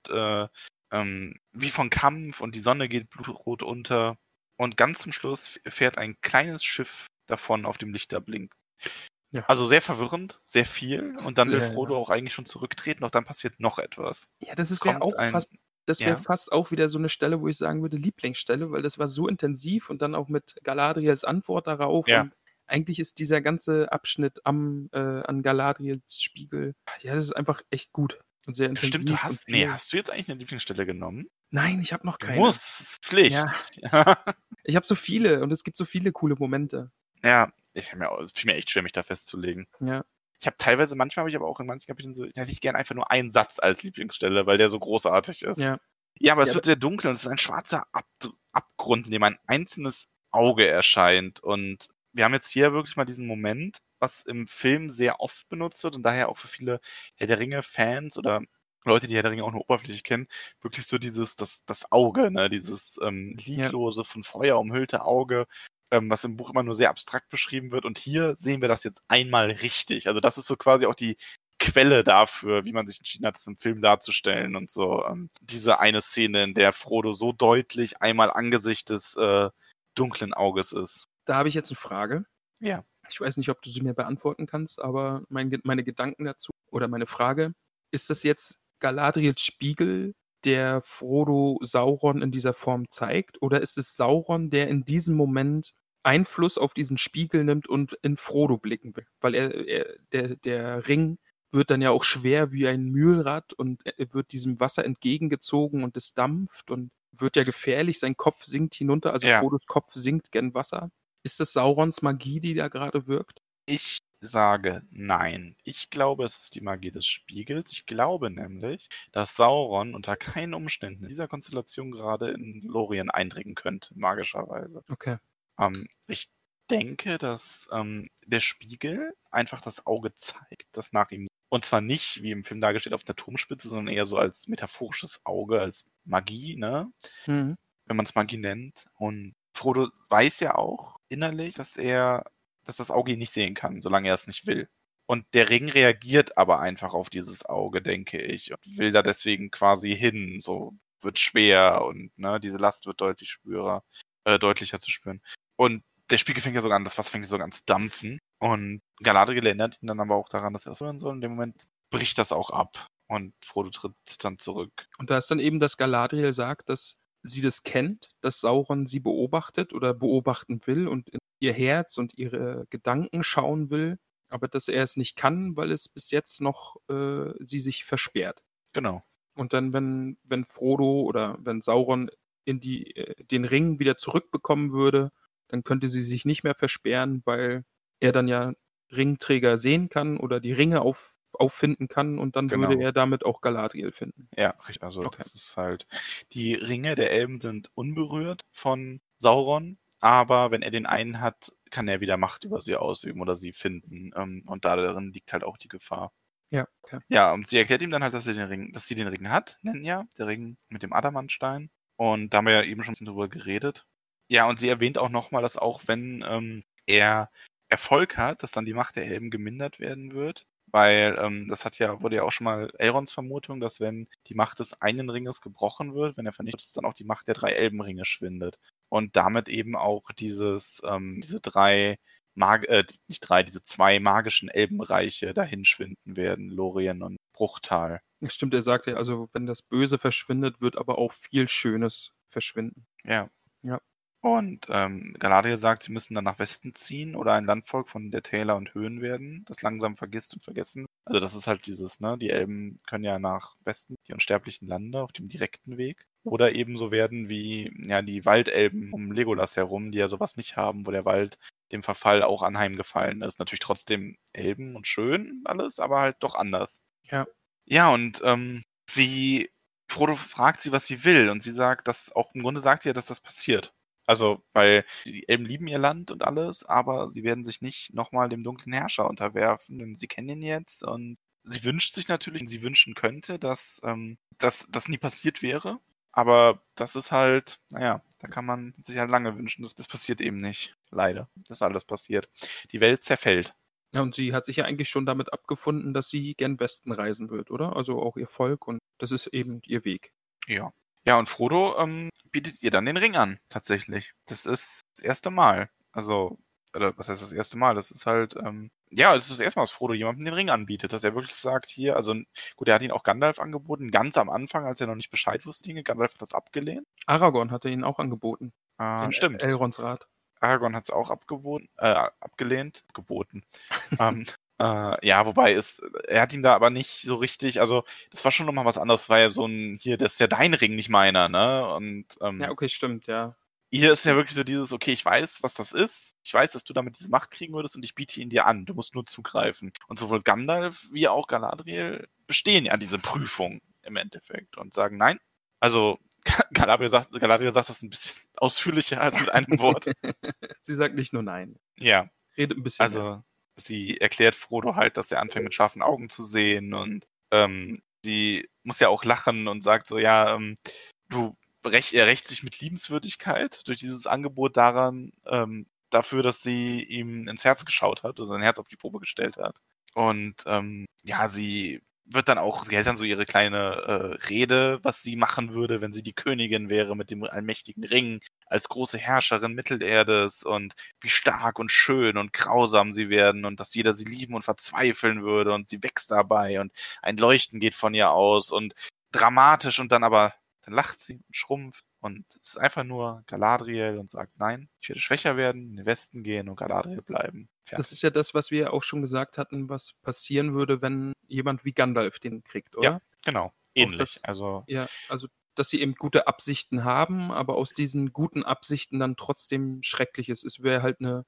wie von Kampf und die Sonne geht blutrot unter. Und ganz zum Schluss fährt ein kleines Schiff davon, auf dem Lichter blinkt. Ja. Also sehr verwirrend, sehr viel. Und dann will Frodo auch eigentlich schon zurücktreten, doch dann passiert noch etwas. Ja, das wäre auch fast auch wieder so eine Stelle, wo ich sagen würde, Lieblingsstelle, weil das war so intensiv und dann auch mit Galadriels Antwort darauf. Ja. Und eigentlich ist dieser ganze Abschnitt an Galadriels Spiegel, ja, das ist einfach echt gut und sehr intensiv. Stimmt, hast du jetzt eigentlich eine Lieblingsstelle genommen? Nein, ich habe noch keine. Muss, Pflicht. Ja. Ich habe so viele und es gibt so viele coole Momente. Ja, es fiel mir echt schwer, mich da festzulegen. Ja. Manchmal habe ich aber auch in manchen Kapiteln so, hätte ich gerne einfach nur einen Satz als Lieblingsstelle, weil der so großartig ist. Ja, aber es wird sehr dunkel und es ist ein schwarzer Abgrund, in dem ein einzelnes Auge erscheint. Und wir haben jetzt hier wirklich mal diesen Moment, was im Film sehr oft benutzt wird und daher auch für viele Herr der Ringe-Fans oder Leute, die Herr der Ringe auch nur oberflächlich kennen, wirklich so das Auge, ne? Dieses lidlose, von Feuer umhüllte Auge, was im Buch immer nur sehr abstrakt beschrieben wird. Und hier sehen wir das jetzt einmal richtig. Also das ist so quasi auch die Quelle dafür, wie man sich entschieden hat, das im Film darzustellen und so. Diese eine Szene, in der Frodo so deutlich einmal Angesicht des dunklen Auges ist. Da habe ich jetzt eine Frage. Ja. Ich weiß nicht, ob du sie mir beantworten kannst, aber meine Gedanken dazu oder meine Frage, ist das jetzt Galadriels Spiegel, der Frodo Sauron in dieser Form zeigt? Oder ist es Sauron, der in diesem Moment Einfluss auf diesen Spiegel nimmt und in Frodo blicken will? Weil der Ring wird dann ja auch schwer wie ein Mühlrad und er wird diesem Wasser entgegengezogen und es dampft und wird ja gefährlich, sein Kopf sinkt hinunter, also Ja. Frodos Kopf sinkt gen Wasser. Ist das Saurons Magie, die da gerade wirkt? Ich sage nein. Ich glaube, es ist die Magie des Spiegels. Ich glaube nämlich, dass Sauron unter keinen Umständen in dieser Konstellation gerade in Lorien eindringen könnte, magischerweise. Okay. Ich denke, dass der Spiegel einfach das Auge zeigt, das nach ihm. Und zwar nicht, wie im Film dargestellt, auf der Turmspitze, sondern eher so als metaphorisches Auge, als Magie, ne? Mhm. Wenn man es Magie nennt. Und Frodo weiß ja auch innerlich, dass das Auge ihn nicht sehen kann, solange er es nicht will. Und der Ring reagiert aber einfach auf dieses Auge, denke ich, und will da deswegen quasi hin. So wird schwer und ne, diese Last wird deutlicher zu spüren. Und der Spiegel fängt ja sogar an, das Wasser fängt ja sogar an zu dampfen. Und Galadriel erinnert ihn dann aber auch daran, dass er es hören soll. In dem Moment bricht das auch ab. Und Frodo tritt dann zurück. Und da ist dann eben, dass Galadriel sagt, dass sie das kennt, dass Sauron sie beobachtet oder beobachten will und in ihr Herz und ihre Gedanken schauen will, aber dass er es nicht kann, weil es bis jetzt noch sie sich versperrt. Genau. Und dann, wenn Frodo oder wenn Sauron in den Ring wieder zurückbekommen würde, dann könnte sie sich nicht mehr versperren, weil er dann ja Ringträger sehen kann oder die Ringe auffinden kann und dann Genau. würde er damit auch Galadriel finden. Ja, richtig. Also Okay. das ist halt, die Ringe der Elben sind unberührt von Sauron, aber wenn er den einen hat, kann er wieder Macht über sie ausüben oder sie finden. Und darin liegt halt auch die Gefahr. Ja, okay. Ja, und sie erklärt ihm dann halt, dass sie den Ring hat, nennen ja, der Ring mit dem Adamantstein. Und da haben wir ja eben schon ein bisschen drüber geredet. Ja, und sie erwähnt auch nochmal, dass auch wenn er Erfolg hat, dass dann die Macht der Elben gemindert werden wird. Weil das wurde ja auch schon mal Elrons Vermutung, dass wenn die Macht des einen Ringes gebrochen wird, wenn er vernichtet ist, dann auch die Macht der 3 Elbenringe schwindet. Und damit eben auch diese 2 magischen Elbenreiche dahin schwinden werden, Lorien und Bruchtal. Stimmt, er sagt ja, also wenn das Böse verschwindet, wird aber auch viel Schönes verschwinden. Ja. Ja. Und Galadriel sagt, sie müssen dann nach Westen ziehen oder ein Landvolk von der Täler und Höhen werden, das langsam vergisst und vergessen. Also das ist halt dieses, ne, die Elben können ja nach Westen, die unsterblichen Lande, auf dem direkten Weg. Oder eben so werden wie ja die Waldelben um Legolas herum, die ja sowas nicht haben, wo der Wald dem Verfall auch anheimgefallen ist. Natürlich trotzdem Elben und schön alles, aber halt doch anders. Ja. Ja, und Frodo fragt sie, was sie will, und sie sagt, im Grunde sagt sie ja, dass das passiert. Also, weil die Elben lieben ihr Land und alles, aber sie werden sich nicht nochmal dem dunklen Herrscher unterwerfen, denn sie kennen ihn jetzt und sie wünscht sich natürlich, sie wünschen könnte, dass das nie passiert wäre. Aber das ist halt, naja, da kann man sich halt lange wünschen. Das passiert eben nicht. Leider. Das ist alles passiert. Die Welt zerfällt. Ja, und sie hat sich ja eigentlich schon damit abgefunden, dass sie gern Westen reisen wird, oder? Also auch ihr Volk und das ist eben ihr Weg. Ja. Ja, und Frodo bietet ihr dann den Ring an, tatsächlich. Das ist das erste Mal. Also, oder was heißt das erste Mal? Das ist halt, es ist das erste Mal, dass Frodo jemandem den Ring anbietet, dass er wirklich sagt, hier, also gut, er hat ihn auch Gandalf angeboten, ganz am Anfang, als er noch nicht Bescheid wusste. Gandalf hat das abgelehnt. Aragorn hat er ihn auch angeboten. Stimmt. Elrons Rat. Aragorn hat es auch abgelehnt. Geboten. Ja, wobei er hat ihn da aber nicht so richtig, also das war schon nochmal was anderes, war ja so das ist ja dein Ring, nicht meiner, ne? Und ja, okay, stimmt, ja. Hier ist ja wirklich so dieses, okay, ich weiß, was das ist, ich weiß, dass du damit diese Macht kriegen würdest und ich biete ihn dir an, du musst nur zugreifen. Und sowohl Gandalf wie auch Galadriel bestehen ja diese Prüfung im Endeffekt und sagen nein. Also Galadriel sagt das ein bisschen ausführlicher als mit einem Wort. Sie sagt nicht nur nein. Ja. Redet ein bisschen Also mehr. sie erklärt Frodo halt, dass er anfängt mit scharfen Augen zu sehen und sie muss ja auch lachen und sagt so, ja, er rächt sich mit Liebenswürdigkeit durch dieses Angebot dafür, dass sie ihm ins Herz geschaut hat, oder sein Herz auf die Probe gestellt hat. Und sie hält dann so ihre kleine Rede, was sie machen würde, wenn sie die Königin wäre mit dem allmächtigen Ring, als große Herrscherin Mittelerdes und wie stark und schön und grausam sie werden und dass jeder sie lieben und verzweifeln würde und sie wächst dabei und ein Leuchten geht von ihr aus und dramatisch und dann lacht sie und schrumpft und es ist einfach nur Galadriel und sagt, nein, ich werde schwächer werden, in den Westen gehen und Galadriel bleiben. Fertig. Das ist ja das, was wir auch schon gesagt hatten, was passieren würde, wenn jemand wie Gandalf den kriegt, oder? Ja, genau. Ähnlich. Also dass sie eben gute Absichten haben, aber aus diesen guten Absichten dann trotzdem Schreckliches. Es wäre halt eine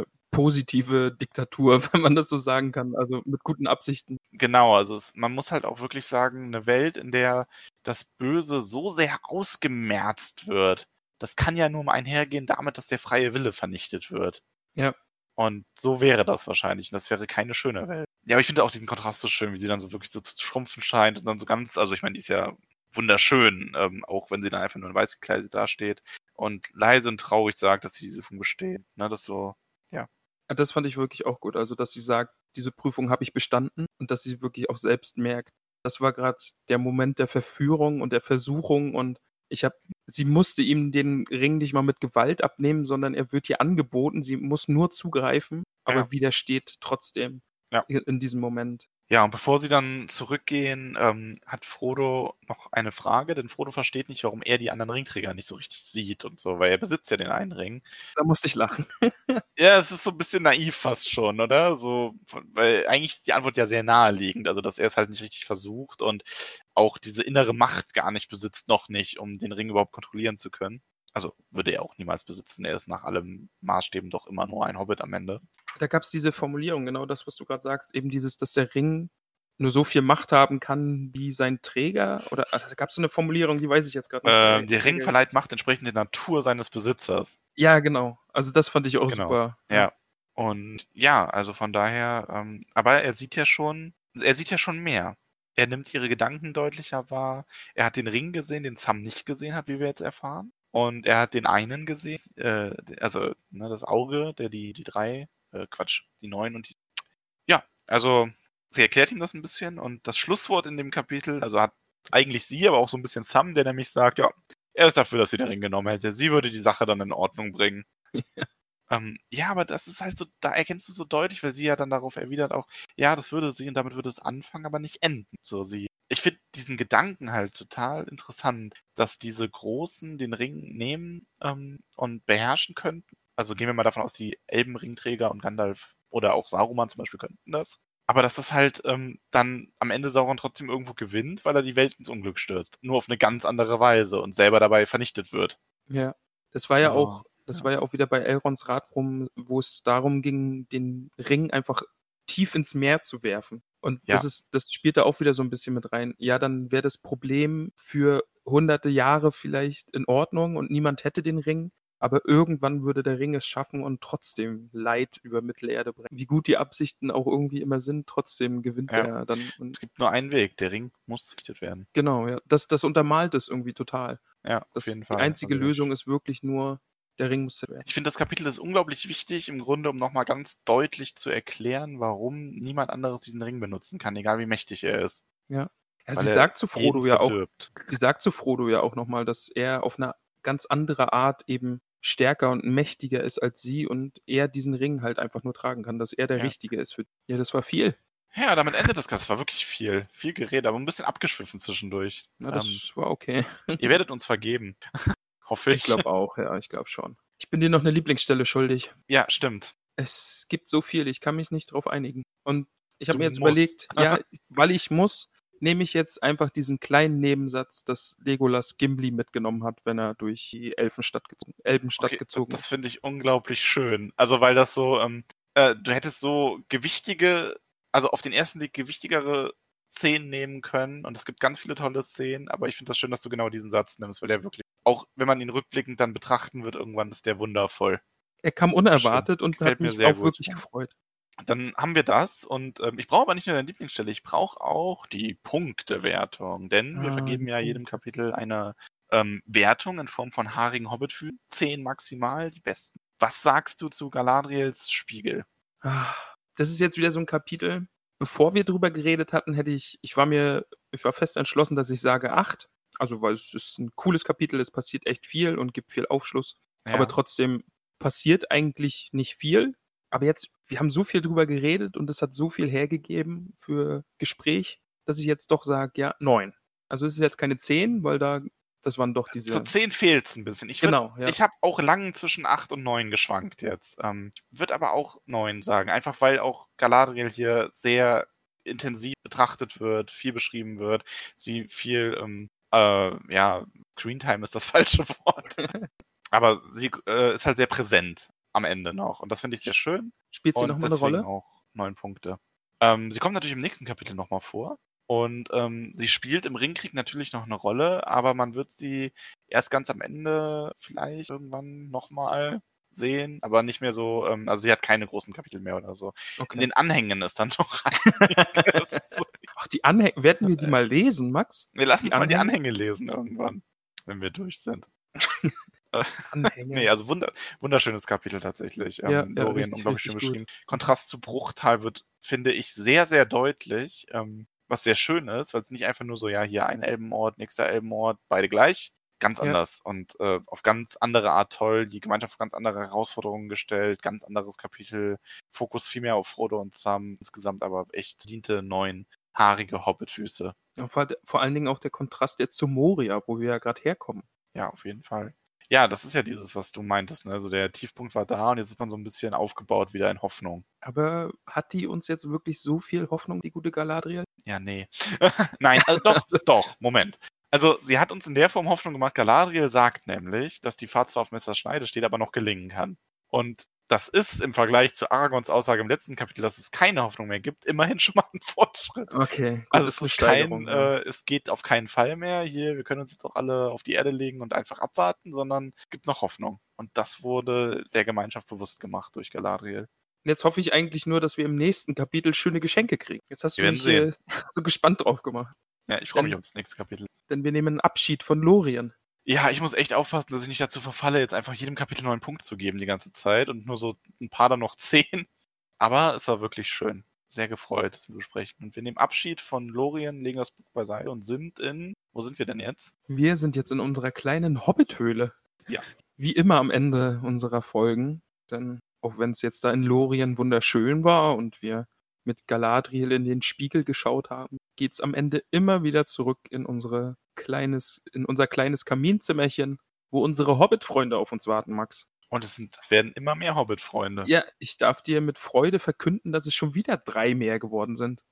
positive Diktatur, wenn man das so sagen kann. Also mit guten Absichten. Genau, also man muss halt auch wirklich sagen, eine Welt, in der das Böse so sehr ausgemerzt wird, das kann ja nur einhergehen damit, dass der freie Wille vernichtet wird. Ja. Und so wäre das wahrscheinlich. Und das wäre keine schöne Welt. Ja, aber ich finde auch diesen Kontrast so schön, wie sie dann so wirklich so zu schrumpfen scheint und dann so ganz, also ich meine, die ist ja wunderschön, auch wenn sie dann einfach nur in weiß gekleidet dasteht und leise und traurig sagt, dass sie diese Prüfung besteht. Ne, das so, ja. Das fand ich wirklich auch gut. Also, dass sie sagt, diese Prüfung habe ich bestanden und dass sie wirklich auch selbst merkt. Das war gerade der Moment der Verführung und der Versuchung und sie musste ihm den Ring nicht mal mit Gewalt abnehmen, sondern er wird ihr angeboten. Sie muss nur zugreifen, aber widersteht trotzdem in diesem Moment. Ja, und bevor sie dann zurückgehen, hat Frodo noch eine Frage, denn Frodo versteht nicht, warum er die anderen Ringträger nicht so richtig sieht und so, weil er besitzt ja den einen Ring. Da musste ich lachen. Ja, es ist so ein bisschen naiv fast schon, oder? So, weil eigentlich ist die Antwort ja sehr naheliegend, also dass er es halt nicht richtig versucht und auch diese innere Macht gar nicht besitzt, noch nicht, um den Ring überhaupt kontrollieren zu können. Also würde er auch niemals besitzen, er ist nach allem Maßstäben doch immer nur ein Hobbit am Ende. Da gab es diese Formulierung, genau das, was du gerade sagst, eben dieses, dass der Ring nur so viel Macht haben kann wie sein Träger, oder da gab es so eine Formulierung, die weiß ich jetzt gerade nicht. Der Ring verleiht Macht entsprechend der Natur seines Besitzers. Ja, genau. Also das fand ich auch super. Ja. Und ja, also von daher, aber er sieht ja schon mehr. Er nimmt ihre Gedanken deutlicher wahr. Er hat den Ring gesehen, den Sam nicht gesehen hat, wie wir jetzt erfahren. Und er hat den einen gesehen, das Auge, der die 9 und die. Ja, also sie erklärt ihm das ein bisschen und das Schlusswort in dem Kapitel, also hat eigentlich sie, aber auch so ein bisschen Sam, der nämlich sagt, ja, er ist dafür, dass sie den Ring genommen hätte. Sie würde die Sache dann in Ordnung bringen. Ja, aber das ist halt so, da erkennst du so deutlich, weil sie ja dann darauf erwidert auch, ja, das würde sie und damit würde es anfangen, aber nicht enden. Ich finde diesen Gedanken halt total interessant, dass diese Großen den Ring nehmen und beherrschen könnten. Also gehen wir mal davon aus, die Elbenringträger und Gandalf oder auch Saruman zum Beispiel könnten das. Aber dass das halt dann am Ende Sauron trotzdem irgendwo gewinnt, weil er die Welt ins Unglück stürzt. Nur auf eine ganz andere Weise und selber dabei vernichtet wird. Ja, das war ja auch wieder bei Elrons Ratrum, wo es darum ging, den Ring einfach tief ins Meer zu werfen. Und das spielt da auch wieder so ein bisschen mit rein. Ja, dann wäre das Problem für hunderte Jahre vielleicht in Ordnung und niemand hätte den Ring. Aber irgendwann würde der Ring es schaffen und trotzdem Leid über Mittelerde bringen. Wie gut die Absichten auch irgendwie immer sind, trotzdem gewinnt er dann. Es gibt nur einen Weg, der Ring muss vernichtet werden. Genau, ja. Das untermalt es irgendwie total. Ja, auf jeden Fall. Die einzige Lösung ist wirklich nur, der Ring muss werden. Ich finde, das Kapitel ist unglaublich wichtig, im Grunde, um nochmal ganz deutlich zu erklären, warum niemand anderes diesen Ring benutzen kann, egal wie mächtig er ist. Ja. Sie sagt zu Frodo ja auch nochmal, dass er auf eine ganz andere Art eben stärker und mächtiger ist als sie und er diesen Ring halt einfach nur tragen kann, dass er der Richtige ist für. Ja, das war viel. Ja, damit endet das Ganze. Das war wirklich viel. Viel Gerede, aber ein bisschen abgeschwiffen zwischendurch. Na, das war okay. Ihr werdet uns vergeben. Hoffe ich. Ich glaube auch, ja, ich glaube schon. Ich bin dir noch eine Lieblingsstelle schuldig. Ja, stimmt. Es gibt so viel, ich kann mich nicht drauf einigen. Und ich habe mir jetzt überlegt, weil ich muss, nehme ich jetzt einfach diesen kleinen Nebensatz, dass Legolas Gimli mitgenommen hat, wenn er durch die Elbenstadt gezogen ist. Das finde ich unglaublich schön. Also, weil das so, du hättest so auf den ersten Blick gewichtigere Szenen nehmen können und es gibt ganz viele tolle Szenen, aber ich finde das schön, dass du genau diesen Satz nimmst, weil der wirklich, auch wenn man ihn rückblickend dann betrachten wird, irgendwann ist der wundervoll. Er kam unerwartet und hat mich auch wirklich gefreut. Dann haben wir das und ich brauche aber nicht nur deine Lieblingsstelle, ich brauche auch die Punktewertung, denn wir vergeben ja jedem Kapitel eine Wertung in Form von haarigen Hobbitfüßen, 10 maximal, die besten. Was sagst du zu Galadriels Spiegel? Das ist jetzt wieder so ein Kapitel. Bevor wir drüber geredet hatten, ich war fest entschlossen, dass ich sage 8. Also, weil es ist ein cooles Kapitel, es passiert echt viel und gibt viel Aufschluss. Ja. Aber trotzdem passiert eigentlich nicht viel. Aber jetzt, wir haben so viel drüber geredet und es hat so viel hergegeben für Gespräch, dass ich jetzt doch sage, ja, 9. Also es ist jetzt keine 10, weil das waren doch diese... Zu 10 fehlt es ein bisschen. Ich habe auch lang zwischen 8 und 9 geschwankt jetzt. Würde aber auch 9 sagen. Einfach weil auch Galadriel hier sehr intensiv betrachtet wird, viel beschrieben wird. Sie viel, Screentime ist das falsche Wort. Aber sie ist halt sehr präsent am Ende noch. Und das finde ich sehr schön. Spielt sie nochmal eine Rolle? Auch 9 Punkte. Sie kommt natürlich im nächsten Kapitel nochmal vor. Und sie spielt im Ringkrieg natürlich noch eine Rolle, aber man wird sie erst ganz am Ende vielleicht irgendwann nochmal sehen, aber nicht mehr so, also sie hat keine großen Kapitel mehr oder so. Okay. In den Anhängen ist dann noch Ach, die Anhänge, werden wir die mal lesen, Max? Wir lassen uns mal die Anhänge lesen irgendwann, wenn wir durch sind. Anhänge. Nee, also wunderschönes Kapitel tatsächlich. Lorien unglaublich schön beschrieben. Kontrast zu Bruchtal wird, finde ich, sehr, sehr deutlich, was sehr schön ist, weil es nicht einfach nur so, ja, hier ein Elbenort, nächster Elbenort, beide gleich. Ganz anders und auf ganz andere Art toll, die Gemeinschaft auf ganz andere Herausforderungen gestellt, ganz anderes Kapitel, Fokus viel mehr auf Frodo und Sam, insgesamt aber echt diente 9 haarige Hobbitfüße. Ja, vor allen Dingen auch der Kontrast jetzt zu Moria, wo wir ja gerade herkommen. Ja, auf jeden Fall. Ja, das ist ja dieses, was du meintest, ne? Also der Tiefpunkt war da und jetzt ist man so ein bisschen aufgebaut wieder in Hoffnung. Aber hat die uns jetzt wirklich so viel Hoffnung, die gute Galadriel? Ja, nee. Nein, also doch, Moment. Also sie hat uns in der Form Hoffnung gemacht. Galadriel sagt nämlich, dass die Fahrt zwar auf Messerschneide steht, aber noch gelingen kann. Und das ist im Vergleich zu Aragorns Aussage im letzten Kapitel, dass es keine Hoffnung mehr gibt, immerhin schon mal ein Fortschritt. Okay, gut, also es ist es geht auf keinen Fall mehr hier, wir können uns jetzt auch alle auf die Erde legen und einfach abwarten, sondern es gibt noch Hoffnung. Und das wurde der Gemeinschaft bewusst gemacht durch Galadriel. Und jetzt hoffe ich eigentlich nur, dass wir im nächsten Kapitel schöne Geschenke kriegen. Jetzt hast du mich so gespannt drauf gemacht. Ja, ich freue mich auf das nächste Kapitel. Denn wir nehmen Abschied von Lorien. Ja, ich muss echt aufpassen, dass ich nicht dazu verfalle, jetzt einfach jedem Kapitel 9 Punkte zu geben die ganze Zeit und nur so ein paar dann noch 10. Aber es war wirklich schön. Sehr gefreut, das zu besprechen. Und wir nehmen Abschied von Lorien, legen das Buch beiseite und wo sind wir denn jetzt? Wir sind jetzt in unserer kleinen Hobbithöhle. Ja. Wie immer am Ende unserer Folgen. Denn auch wenn es jetzt da in Lorien wunderschön war und wir mit Galadriel in den Spiegel geschaut haben, geht es am Ende immer wieder zurück in unser kleines Kaminzimmerchen, wo unsere Hobbit-Freunde auf uns warten, Max. Und es werden immer mehr Hobbit-Freunde. Ja, ich darf dir mit Freude verkünden, dass es schon wieder 3 mehr geworden sind.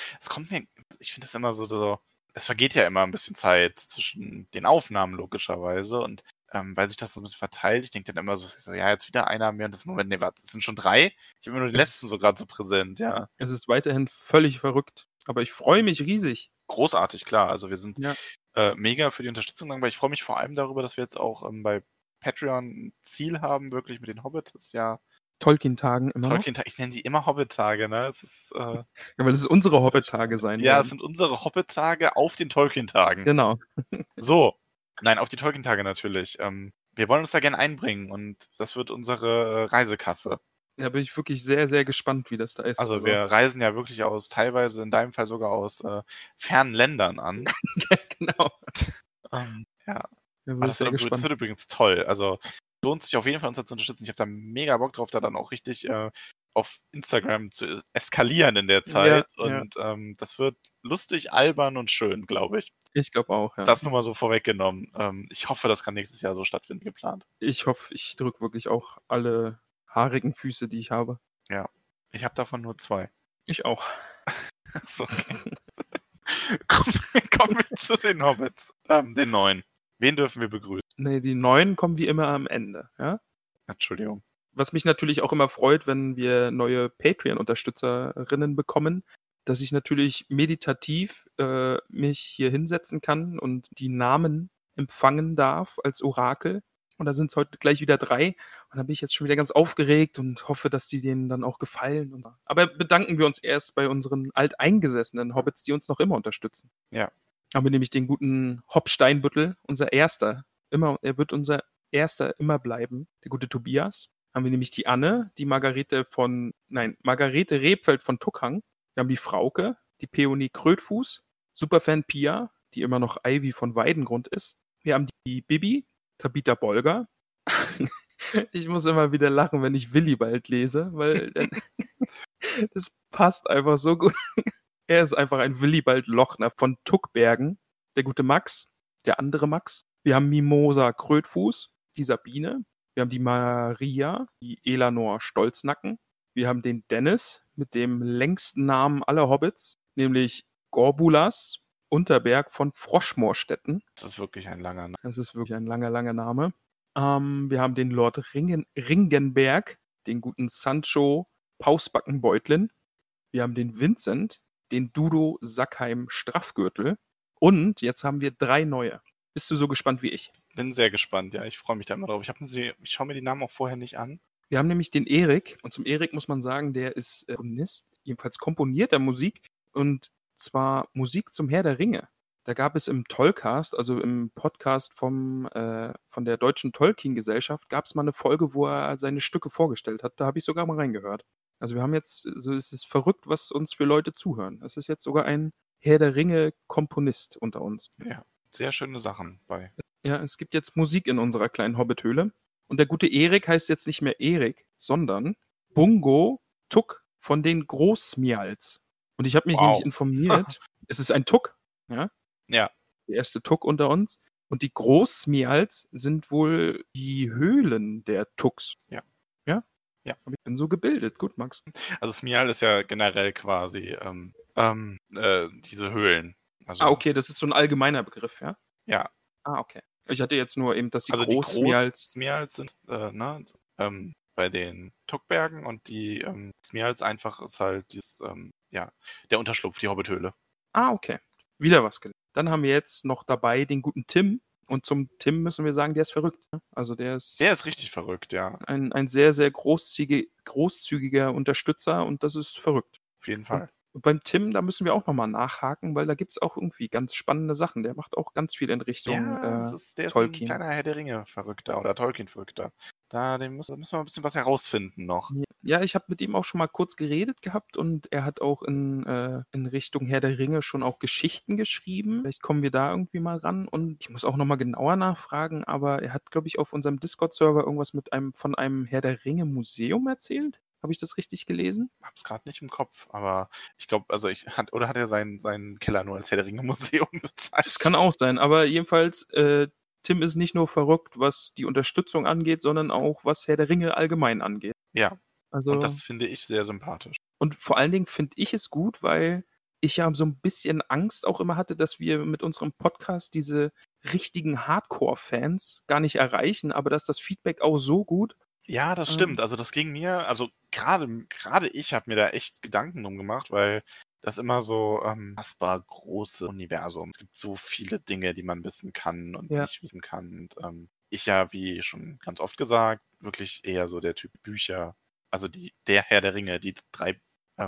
Ich finde das immer so, es vergeht ja immer ein bisschen Zeit zwischen den Aufnahmen logischerweise und weil sich das so ein bisschen verteilt, ich denke dann immer so, ja, jetzt wieder einer mehr und das Moment, nee, warte, es sind schon 3? Ich habe immer nur den letzten so gerade so präsent, ja. Es ist weiterhin völlig verrückt, aber ich freue mich riesig. Großartig, klar, also wir sind mega für die Unterstützung dankbar. Ich freue mich vor allem darüber, dass wir jetzt auch bei Patreon ein Ziel haben, wirklich mit den Hobbits, das ist ja Tolkien-Tagen immer noch. Ich nenne die immer Hobbit-Tage, ne? Es ist, ja, weil es unsere Hobbit-Tage sein werden. Ja, es sind unsere Hobbit-Tage auf den Tolkien-Tagen. Genau. So. Nein, auf die Tolkien-Tage natürlich. Wir wollen uns da gerne einbringen und das wird unsere Reisekasse. Da bin ich wirklich sehr, sehr gespannt, wie das da ist. Also wir reisen ja wirklich teilweise in deinem Fall sogar aus fernen Ländern an. Genau. Ja. Das wird übrigens toll. Also lohnt sich auf jeden Fall, uns da zu unterstützen. Ich habe da mega Bock drauf, da dann auch richtig auf Instagram zu eskalieren in der Zeit. Und das wird lustig, albern und schön, glaube ich. Ich glaube auch, ja. Das nur mal so vorweggenommen. Ich hoffe, das kann nächstes Jahr so stattfinden, geplant. Ich hoffe, ich drücke wirklich auch alle haarigen Füße, die ich habe. Ja, ich habe davon nur 2. Ich auch. Achso, okay. Kommen wir zu den Hobbits. Den 9. Wen dürfen wir begrüßen? Nee, die 9 kommen wie immer am Ende, ja? Entschuldigung. Was mich natürlich auch immer freut, wenn wir neue Patreon-Unterstützerinnen bekommen, dass ich natürlich meditativ mich hier hinsetzen kann und die Namen empfangen darf als Orakel. Und da sind es heute gleich wieder 3. Und da bin ich jetzt schon wieder ganz aufgeregt und hoffe, dass die denen dann auch gefallen. Und so. Aber bedanken wir uns erst bei unseren alteingesessenen Hobbits, die uns noch immer unterstützen. Ja. Haben wir nämlich den guten Hopp Steinbüttel, unser Erster. Er wird unser Erster immer bleiben. Der gute Tobias. Haben wir nämlich die Anne, die Margarete Rebfeld von Tuckhang. Wir haben die Frauke, die Peony Krötfuß, Superfan Pia, die immer noch Ivy von Weidengrund ist. Wir haben die Bibi, Tabitha Bolger. Ich muss immer wieder lachen, wenn ich Willibald lese, weil das passt einfach so gut. Er ist einfach ein Willibald Lochner von Tuckbergen. Der gute Max, der andere Max. Wir haben Mimosa Krötfuß, die Sabine. Wir haben die Maria, die Elanor Stolznacken. Wir haben den Dennis mit dem längsten Namen aller Hobbits, nämlich Gorbulas Unterberg von Froschmoorstetten. Das ist wirklich ein langer Name. Das ist wirklich ein langer, langer Name. Wir haben den Lord Ringenberg, den guten Sancho Pausbackenbeutlin. Wir haben den Vincent, den Dudo Sackheim Straffgürtel. Und jetzt haben wir 3 neue. Bist du so gespannt wie ich? Bin sehr gespannt, ja. Ich freue mich da immer drauf. Ich schaue mir die Namen auch vorher nicht an. Wir haben nämlich den Erik. Und zum Erik muss man sagen, der ist Komponist, jedenfalls komponiert er Musik. Und zwar Musik zum Herr der Ringe. Da gab es im Tollcast, also im Podcast von der Deutschen Tolkien-Gesellschaft, gab es mal eine Folge, wo er seine Stücke vorgestellt hat. Da habe ich sogar mal reingehört. Also wir haben jetzt, so ist es verrückt, was uns für Leute zuhören. Es ist jetzt sogar ein Herr der Ringe-Komponist unter uns. Ja, sehr schöne Sachen bei. Ja, es gibt jetzt Musik in unserer kleinen Hobbithöhle. Und der gute Erik heißt jetzt nicht mehr Erik, sondern Bungo Tuck von den Großmials. Und ich habe mich nämlich informiert, es ist ein Tuck, ja? Ja. Der erste Tuck unter uns. Und die Großmials sind wohl die Höhlen der Tucks. Ja. Ja? Ja. Aber ich bin so gebildet. Gut, Max. Also Smial ist ja generell quasi diese Höhlen. Also, okay, das ist so ein allgemeiner Begriff, ja? Ja. Okay. Ich hatte jetzt nur eben, dass die also Großmials... Die Großsmials sind bei den Tuckbergen und die Smials einfach ist halt dieses, der Unterschlupf, die Hobbithöhle. Okay. Wieder was gelernt. Dann haben wir jetzt noch dabei den guten Tim. Und zum Tim müssen wir sagen, der ist verrückt. Ne? Also der ist richtig verrückt, ja. Ein sehr, sehr großzügiger Unterstützer und das ist verrückt. Auf jeden Fall. Und beim Tim, da müssen wir auch nochmal nachhaken, weil da gibt es auch irgendwie ganz spannende Sachen. Der macht auch ganz viel in Richtung der Tolkien. ist ein kleiner Herr der Ringe-Verrückter oder Tolkien-Verrückter. Da müssen wir ein bisschen was herausfinden noch. Ja, ich habe mit ihm auch schon mal kurz geredet gehabt und er hat auch in Richtung Herr der Ringe schon auch Geschichten geschrieben. Vielleicht kommen wir da irgendwie mal ran und ich muss auch nochmal genauer nachfragen, aber er hat, glaube ich, auf unserem Discord-Server irgendwas von einem Herr der Ringe-Museum erzählt. Habe ich das richtig gelesen? Hab's gerade nicht im Kopf, aber ich glaube, hat er seinen Keller nur als Herr der Ringe-Museum bezeichnet? Das kann auch sein, aber jedenfalls, Tim ist nicht nur verrückt, was die Unterstützung angeht, sondern auch, was Herr der Ringe allgemein angeht. Ja, also, und das finde ich sehr sympathisch. Und vor allen Dingen finde ich es gut, weil ich ja so ein bisschen Angst auch immer hatte, dass wir mit unserem Podcast diese richtigen Hardcore-Fans gar nicht erreichen, aber dass das Feedback auch so gut. Ja, das stimmt. Also das ging mir, also gerade ich habe mir da echt Gedanken drum gemacht, weil das immer so fassbar große Universum. Es gibt so viele Dinge, die man wissen kann und nicht wissen kann. Und ich ja, wie schon ganz oft gesagt, wirklich eher so der Typ Bücher, also der Herr der Ringe, die 3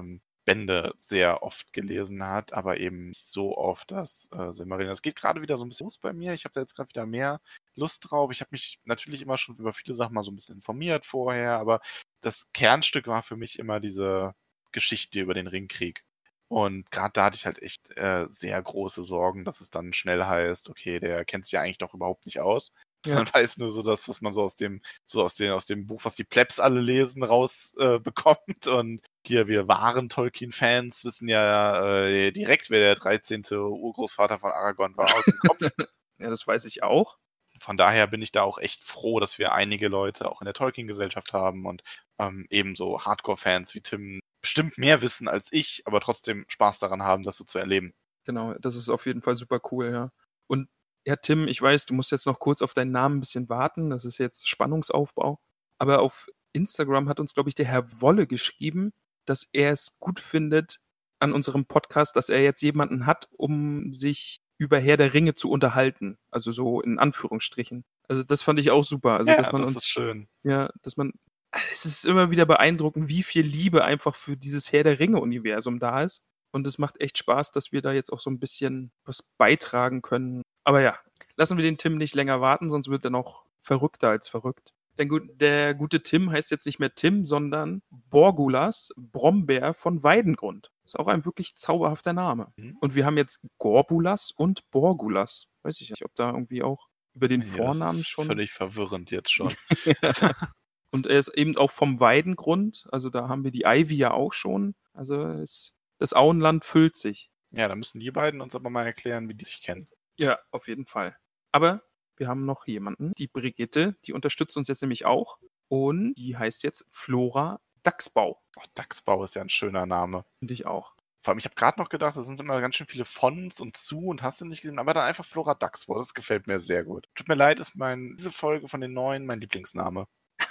Bände sehr oft gelesen hat, aber eben nicht so oft das Silmarillion. Das geht gerade wieder so ein bisschen los bei mir. Ich habe da jetzt gerade wieder mehr Lust drauf. Ich habe mich natürlich immer schon über viele Sachen mal so ein bisschen informiert vorher, aber das Kernstück war für mich immer diese Geschichte über den Ringkrieg. Und gerade da hatte ich halt echt sehr große Sorgen, dass es dann schnell heißt, okay, der kennt sich ja eigentlich doch überhaupt nicht aus. Ja. Man weiß nur so das, was man so aus dem Buch, was die Plebs alle lesen, rausbekommt. Und hier, wir wahren Tolkien-Fans wissen ja direkt, wer der 13. Urgroßvater von Aragorn war, aus dem Kopf. Ja, das weiß ich auch. Von daher bin ich da auch echt froh, dass wir einige Leute auch in der Tolkien-Gesellschaft haben und ebenso Hardcore-Fans wie Tim bestimmt mehr wissen als ich, aber trotzdem Spaß daran haben, das so zu erleben. Genau, das ist auf jeden Fall super cool, ja. Und ja, Tim, ich weiß, du musst jetzt noch kurz auf deinen Namen ein bisschen warten. Das ist jetzt Spannungsaufbau. Aber auf Instagram hat uns, glaube ich, der Herr Wolle geschrieben, dass er es gut findet an unserem Podcast, dass er jetzt jemanden hat, um sich über Herr der Ringe zu unterhalten. Also so in Anführungsstrichen. Also das fand ich auch super. Also, Ja, dass man das uns, ist schön. ja, es ist immer wieder beeindruckend, wie viel Liebe einfach für dieses Herr der Ringe-Universum da ist. Und es macht echt Spaß, dass wir da jetzt auch so ein bisschen was beitragen können. Aber ja, lassen wir den Tim nicht länger warten, sonst wird er noch verrückter als verrückt. Denn der gute Tim heißt jetzt nicht mehr Tim, sondern Borgulas Brombeer von Weidengrund. Ist auch ein wirklich zauberhafter Name. Mhm. Und wir haben jetzt Gorbulas und Borgulas. Weiß ich nicht, ob da irgendwie auch über den Ja, Vornamen das ist schon. völlig verwirrend jetzt schon. Und er ist eben auch vom Weidengrund. Also da haben wir die Ivy ja auch schon. Also das Auenland füllt sich. Ja, da müssen die beiden uns aber mal erklären, wie die sich kennen. Ja, auf jeden Fall. Aber wir haben noch jemanden, die Brigitte, die unterstützt uns jetzt nämlich auch. Und die heißt jetzt Flora Dachsbau. Oh, Dachsbau ist ja ein schöner Name. Finde ich auch. Vor allem, ich habe gerade noch gedacht, das sind immer ganz schön viele Fonts und und hast du nicht gesehen, aber dann einfach Flora Dachsbau. Das gefällt mir sehr gut. Tut mir leid, ist diese Folge von den neuen mein Lieblingsname.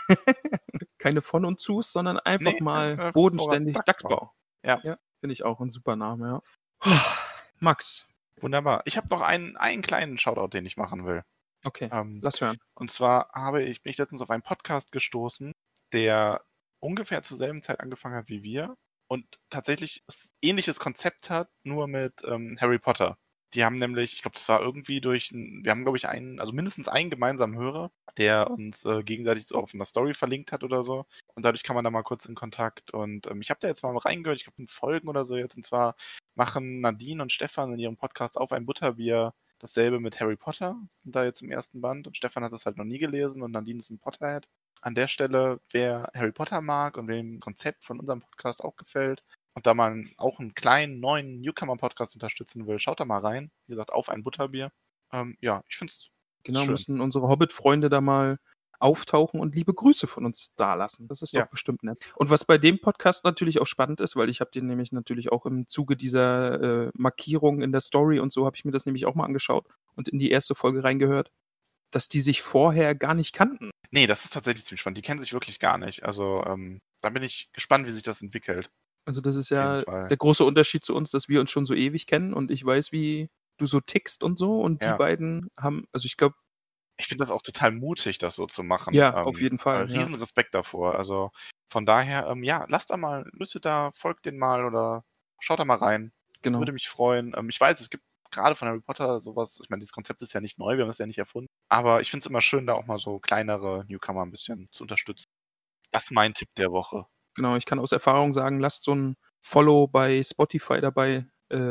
Keine von und zus, sondern einfach mal Flora bodenständig Dachsbau. Dachsbau. Ja. Finde ich auch ein super Name, ja. Max. Wunderbar. Ich habe noch einen kleinen Shoutout, den ich machen will. Okay, lass hören. Und zwar bin ich letztens auf einen Podcast gestoßen, der ungefähr zur selben Zeit angefangen hat wie wir und tatsächlich ein ähnliches Konzept hat, nur mit Harry Potter. Die haben nämlich, ich glaube, das war irgendwie wir haben, glaube ich, mindestens einen gemeinsamen Hörer, der uns gegenseitig so auf einer Story verlinkt hat oder so. Und dadurch kann man da mal kurz in Kontakt. Und ich habe da jetzt mal reingehört, ich glaube, in Folgen oder so jetzt. Und zwar machen Nadine und Stefan in ihrem Podcast Auf ein Butterbier dasselbe mit Harry Potter. Sind da jetzt im ersten Band. Und Stefan hat das halt noch nie gelesen und Nadine ist ein Potterhead. An der Stelle, wer Harry Potter mag und wem das Konzept von unserem Podcast auch gefällt und da mal auch einen kleinen, neuen Newcomer-Podcast unterstützen will, schaut da mal rein. Wie gesagt, Auf ein Butterbier. Ja, ich finde es Genau, schön. müssen unsere Hobbit-Freunde da mal auftauchen und liebe Grüße von uns dalassen. Das ist doch bestimmt nett. Und was bei dem Podcast natürlich auch spannend ist, weil ich habe den nämlich natürlich auch im Zuge dieser Markierung in der Story und so, habe ich mir das nämlich auch mal angeschaut und in die erste Folge reingehört, dass die sich vorher gar nicht kannten. Nee, das ist tatsächlich ziemlich spannend. Die kennen sich wirklich gar nicht. Also da bin ich gespannt, wie sich das entwickelt. Also das ist ja der große Unterschied zu uns, dass wir uns schon so ewig kennen und ich weiß, wie du so tickst und so und die beiden haben, also ich glaube, ich finde das auch total mutig, das so zu machen. Ja, auf jeden Fall. Riesen Respekt davor. Also von daher, lasst da mal, müsstet da, folgt den mal oder schaut da mal rein. Genau. Würde mich freuen. Ich weiß, es gibt gerade von Harry Potter sowas, ich meine, dieses Konzept ist ja nicht neu, wir haben das ja nicht erfunden. Aber ich finde es immer schön, da auch mal so kleinere Newcomer ein bisschen zu unterstützen. Das ist mein Tipp der Woche. Genau, ich kann aus Erfahrung sagen, lasst so ein Follow bei Spotify dabei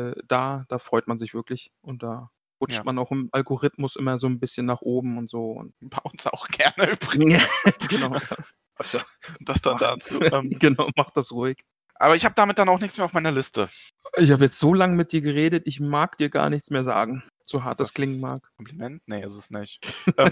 da freut man sich wirklich und da rutscht man auch im Algorithmus immer so ein bisschen nach oben und so. Und bei uns auch gerne übrigens. Genau. Also, das dann dazu. Genau, mach das ruhig. Aber ich habe damit dann auch nichts mehr auf meiner Liste. Ich habe jetzt so lange mit dir geredet, ich mag dir gar nichts mehr sagen. So hart das klingen mag. Kompliment? Nee, ist es nicht.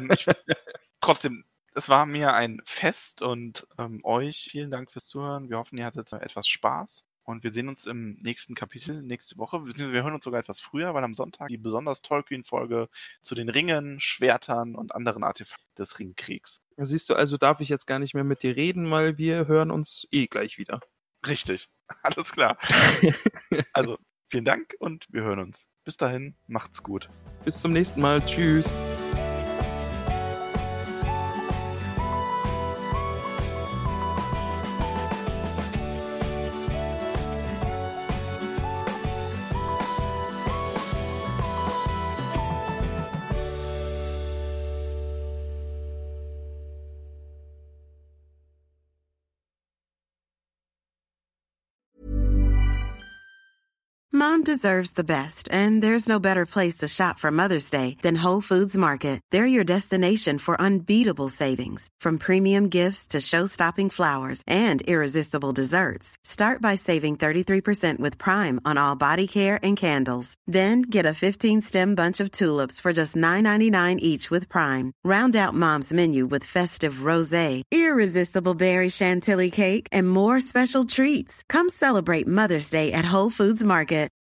Trotzdem, es war mir ein Fest und euch vielen Dank fürs Zuhören. Wir hoffen, ihr hattet etwas Spaß. Und wir sehen uns im nächsten Kapitel nächste Woche. Beziehungsweise wir hören uns sogar etwas früher, weil am Sonntag die besonders Tolkien-Folge zu den Ringen, Schwertern und anderen Artefakten des Ringkriegs. Siehst du, also darf ich jetzt gar nicht mehr mit dir reden, weil wir hören uns gleich wieder. Richtig, alles klar. Also, vielen Dank und wir hören uns. Bis dahin, macht's gut. Bis zum nächsten Mal. Tschüss. Mom deserves the best, and there's no better place to shop for Mother's Day than Whole Foods Market. They're your destination for unbeatable savings, from premium gifts to show-stopping flowers and irresistible desserts. Start by saving 33% with Prime on all body care and candles. Then get a 15-stem bunch of tulips for just $9.99 each with Prime. Round out Mom's menu with festive rosé, irresistible berry chantilly cake, and more special treats. Come celebrate Mother's Day at Whole Foods Market.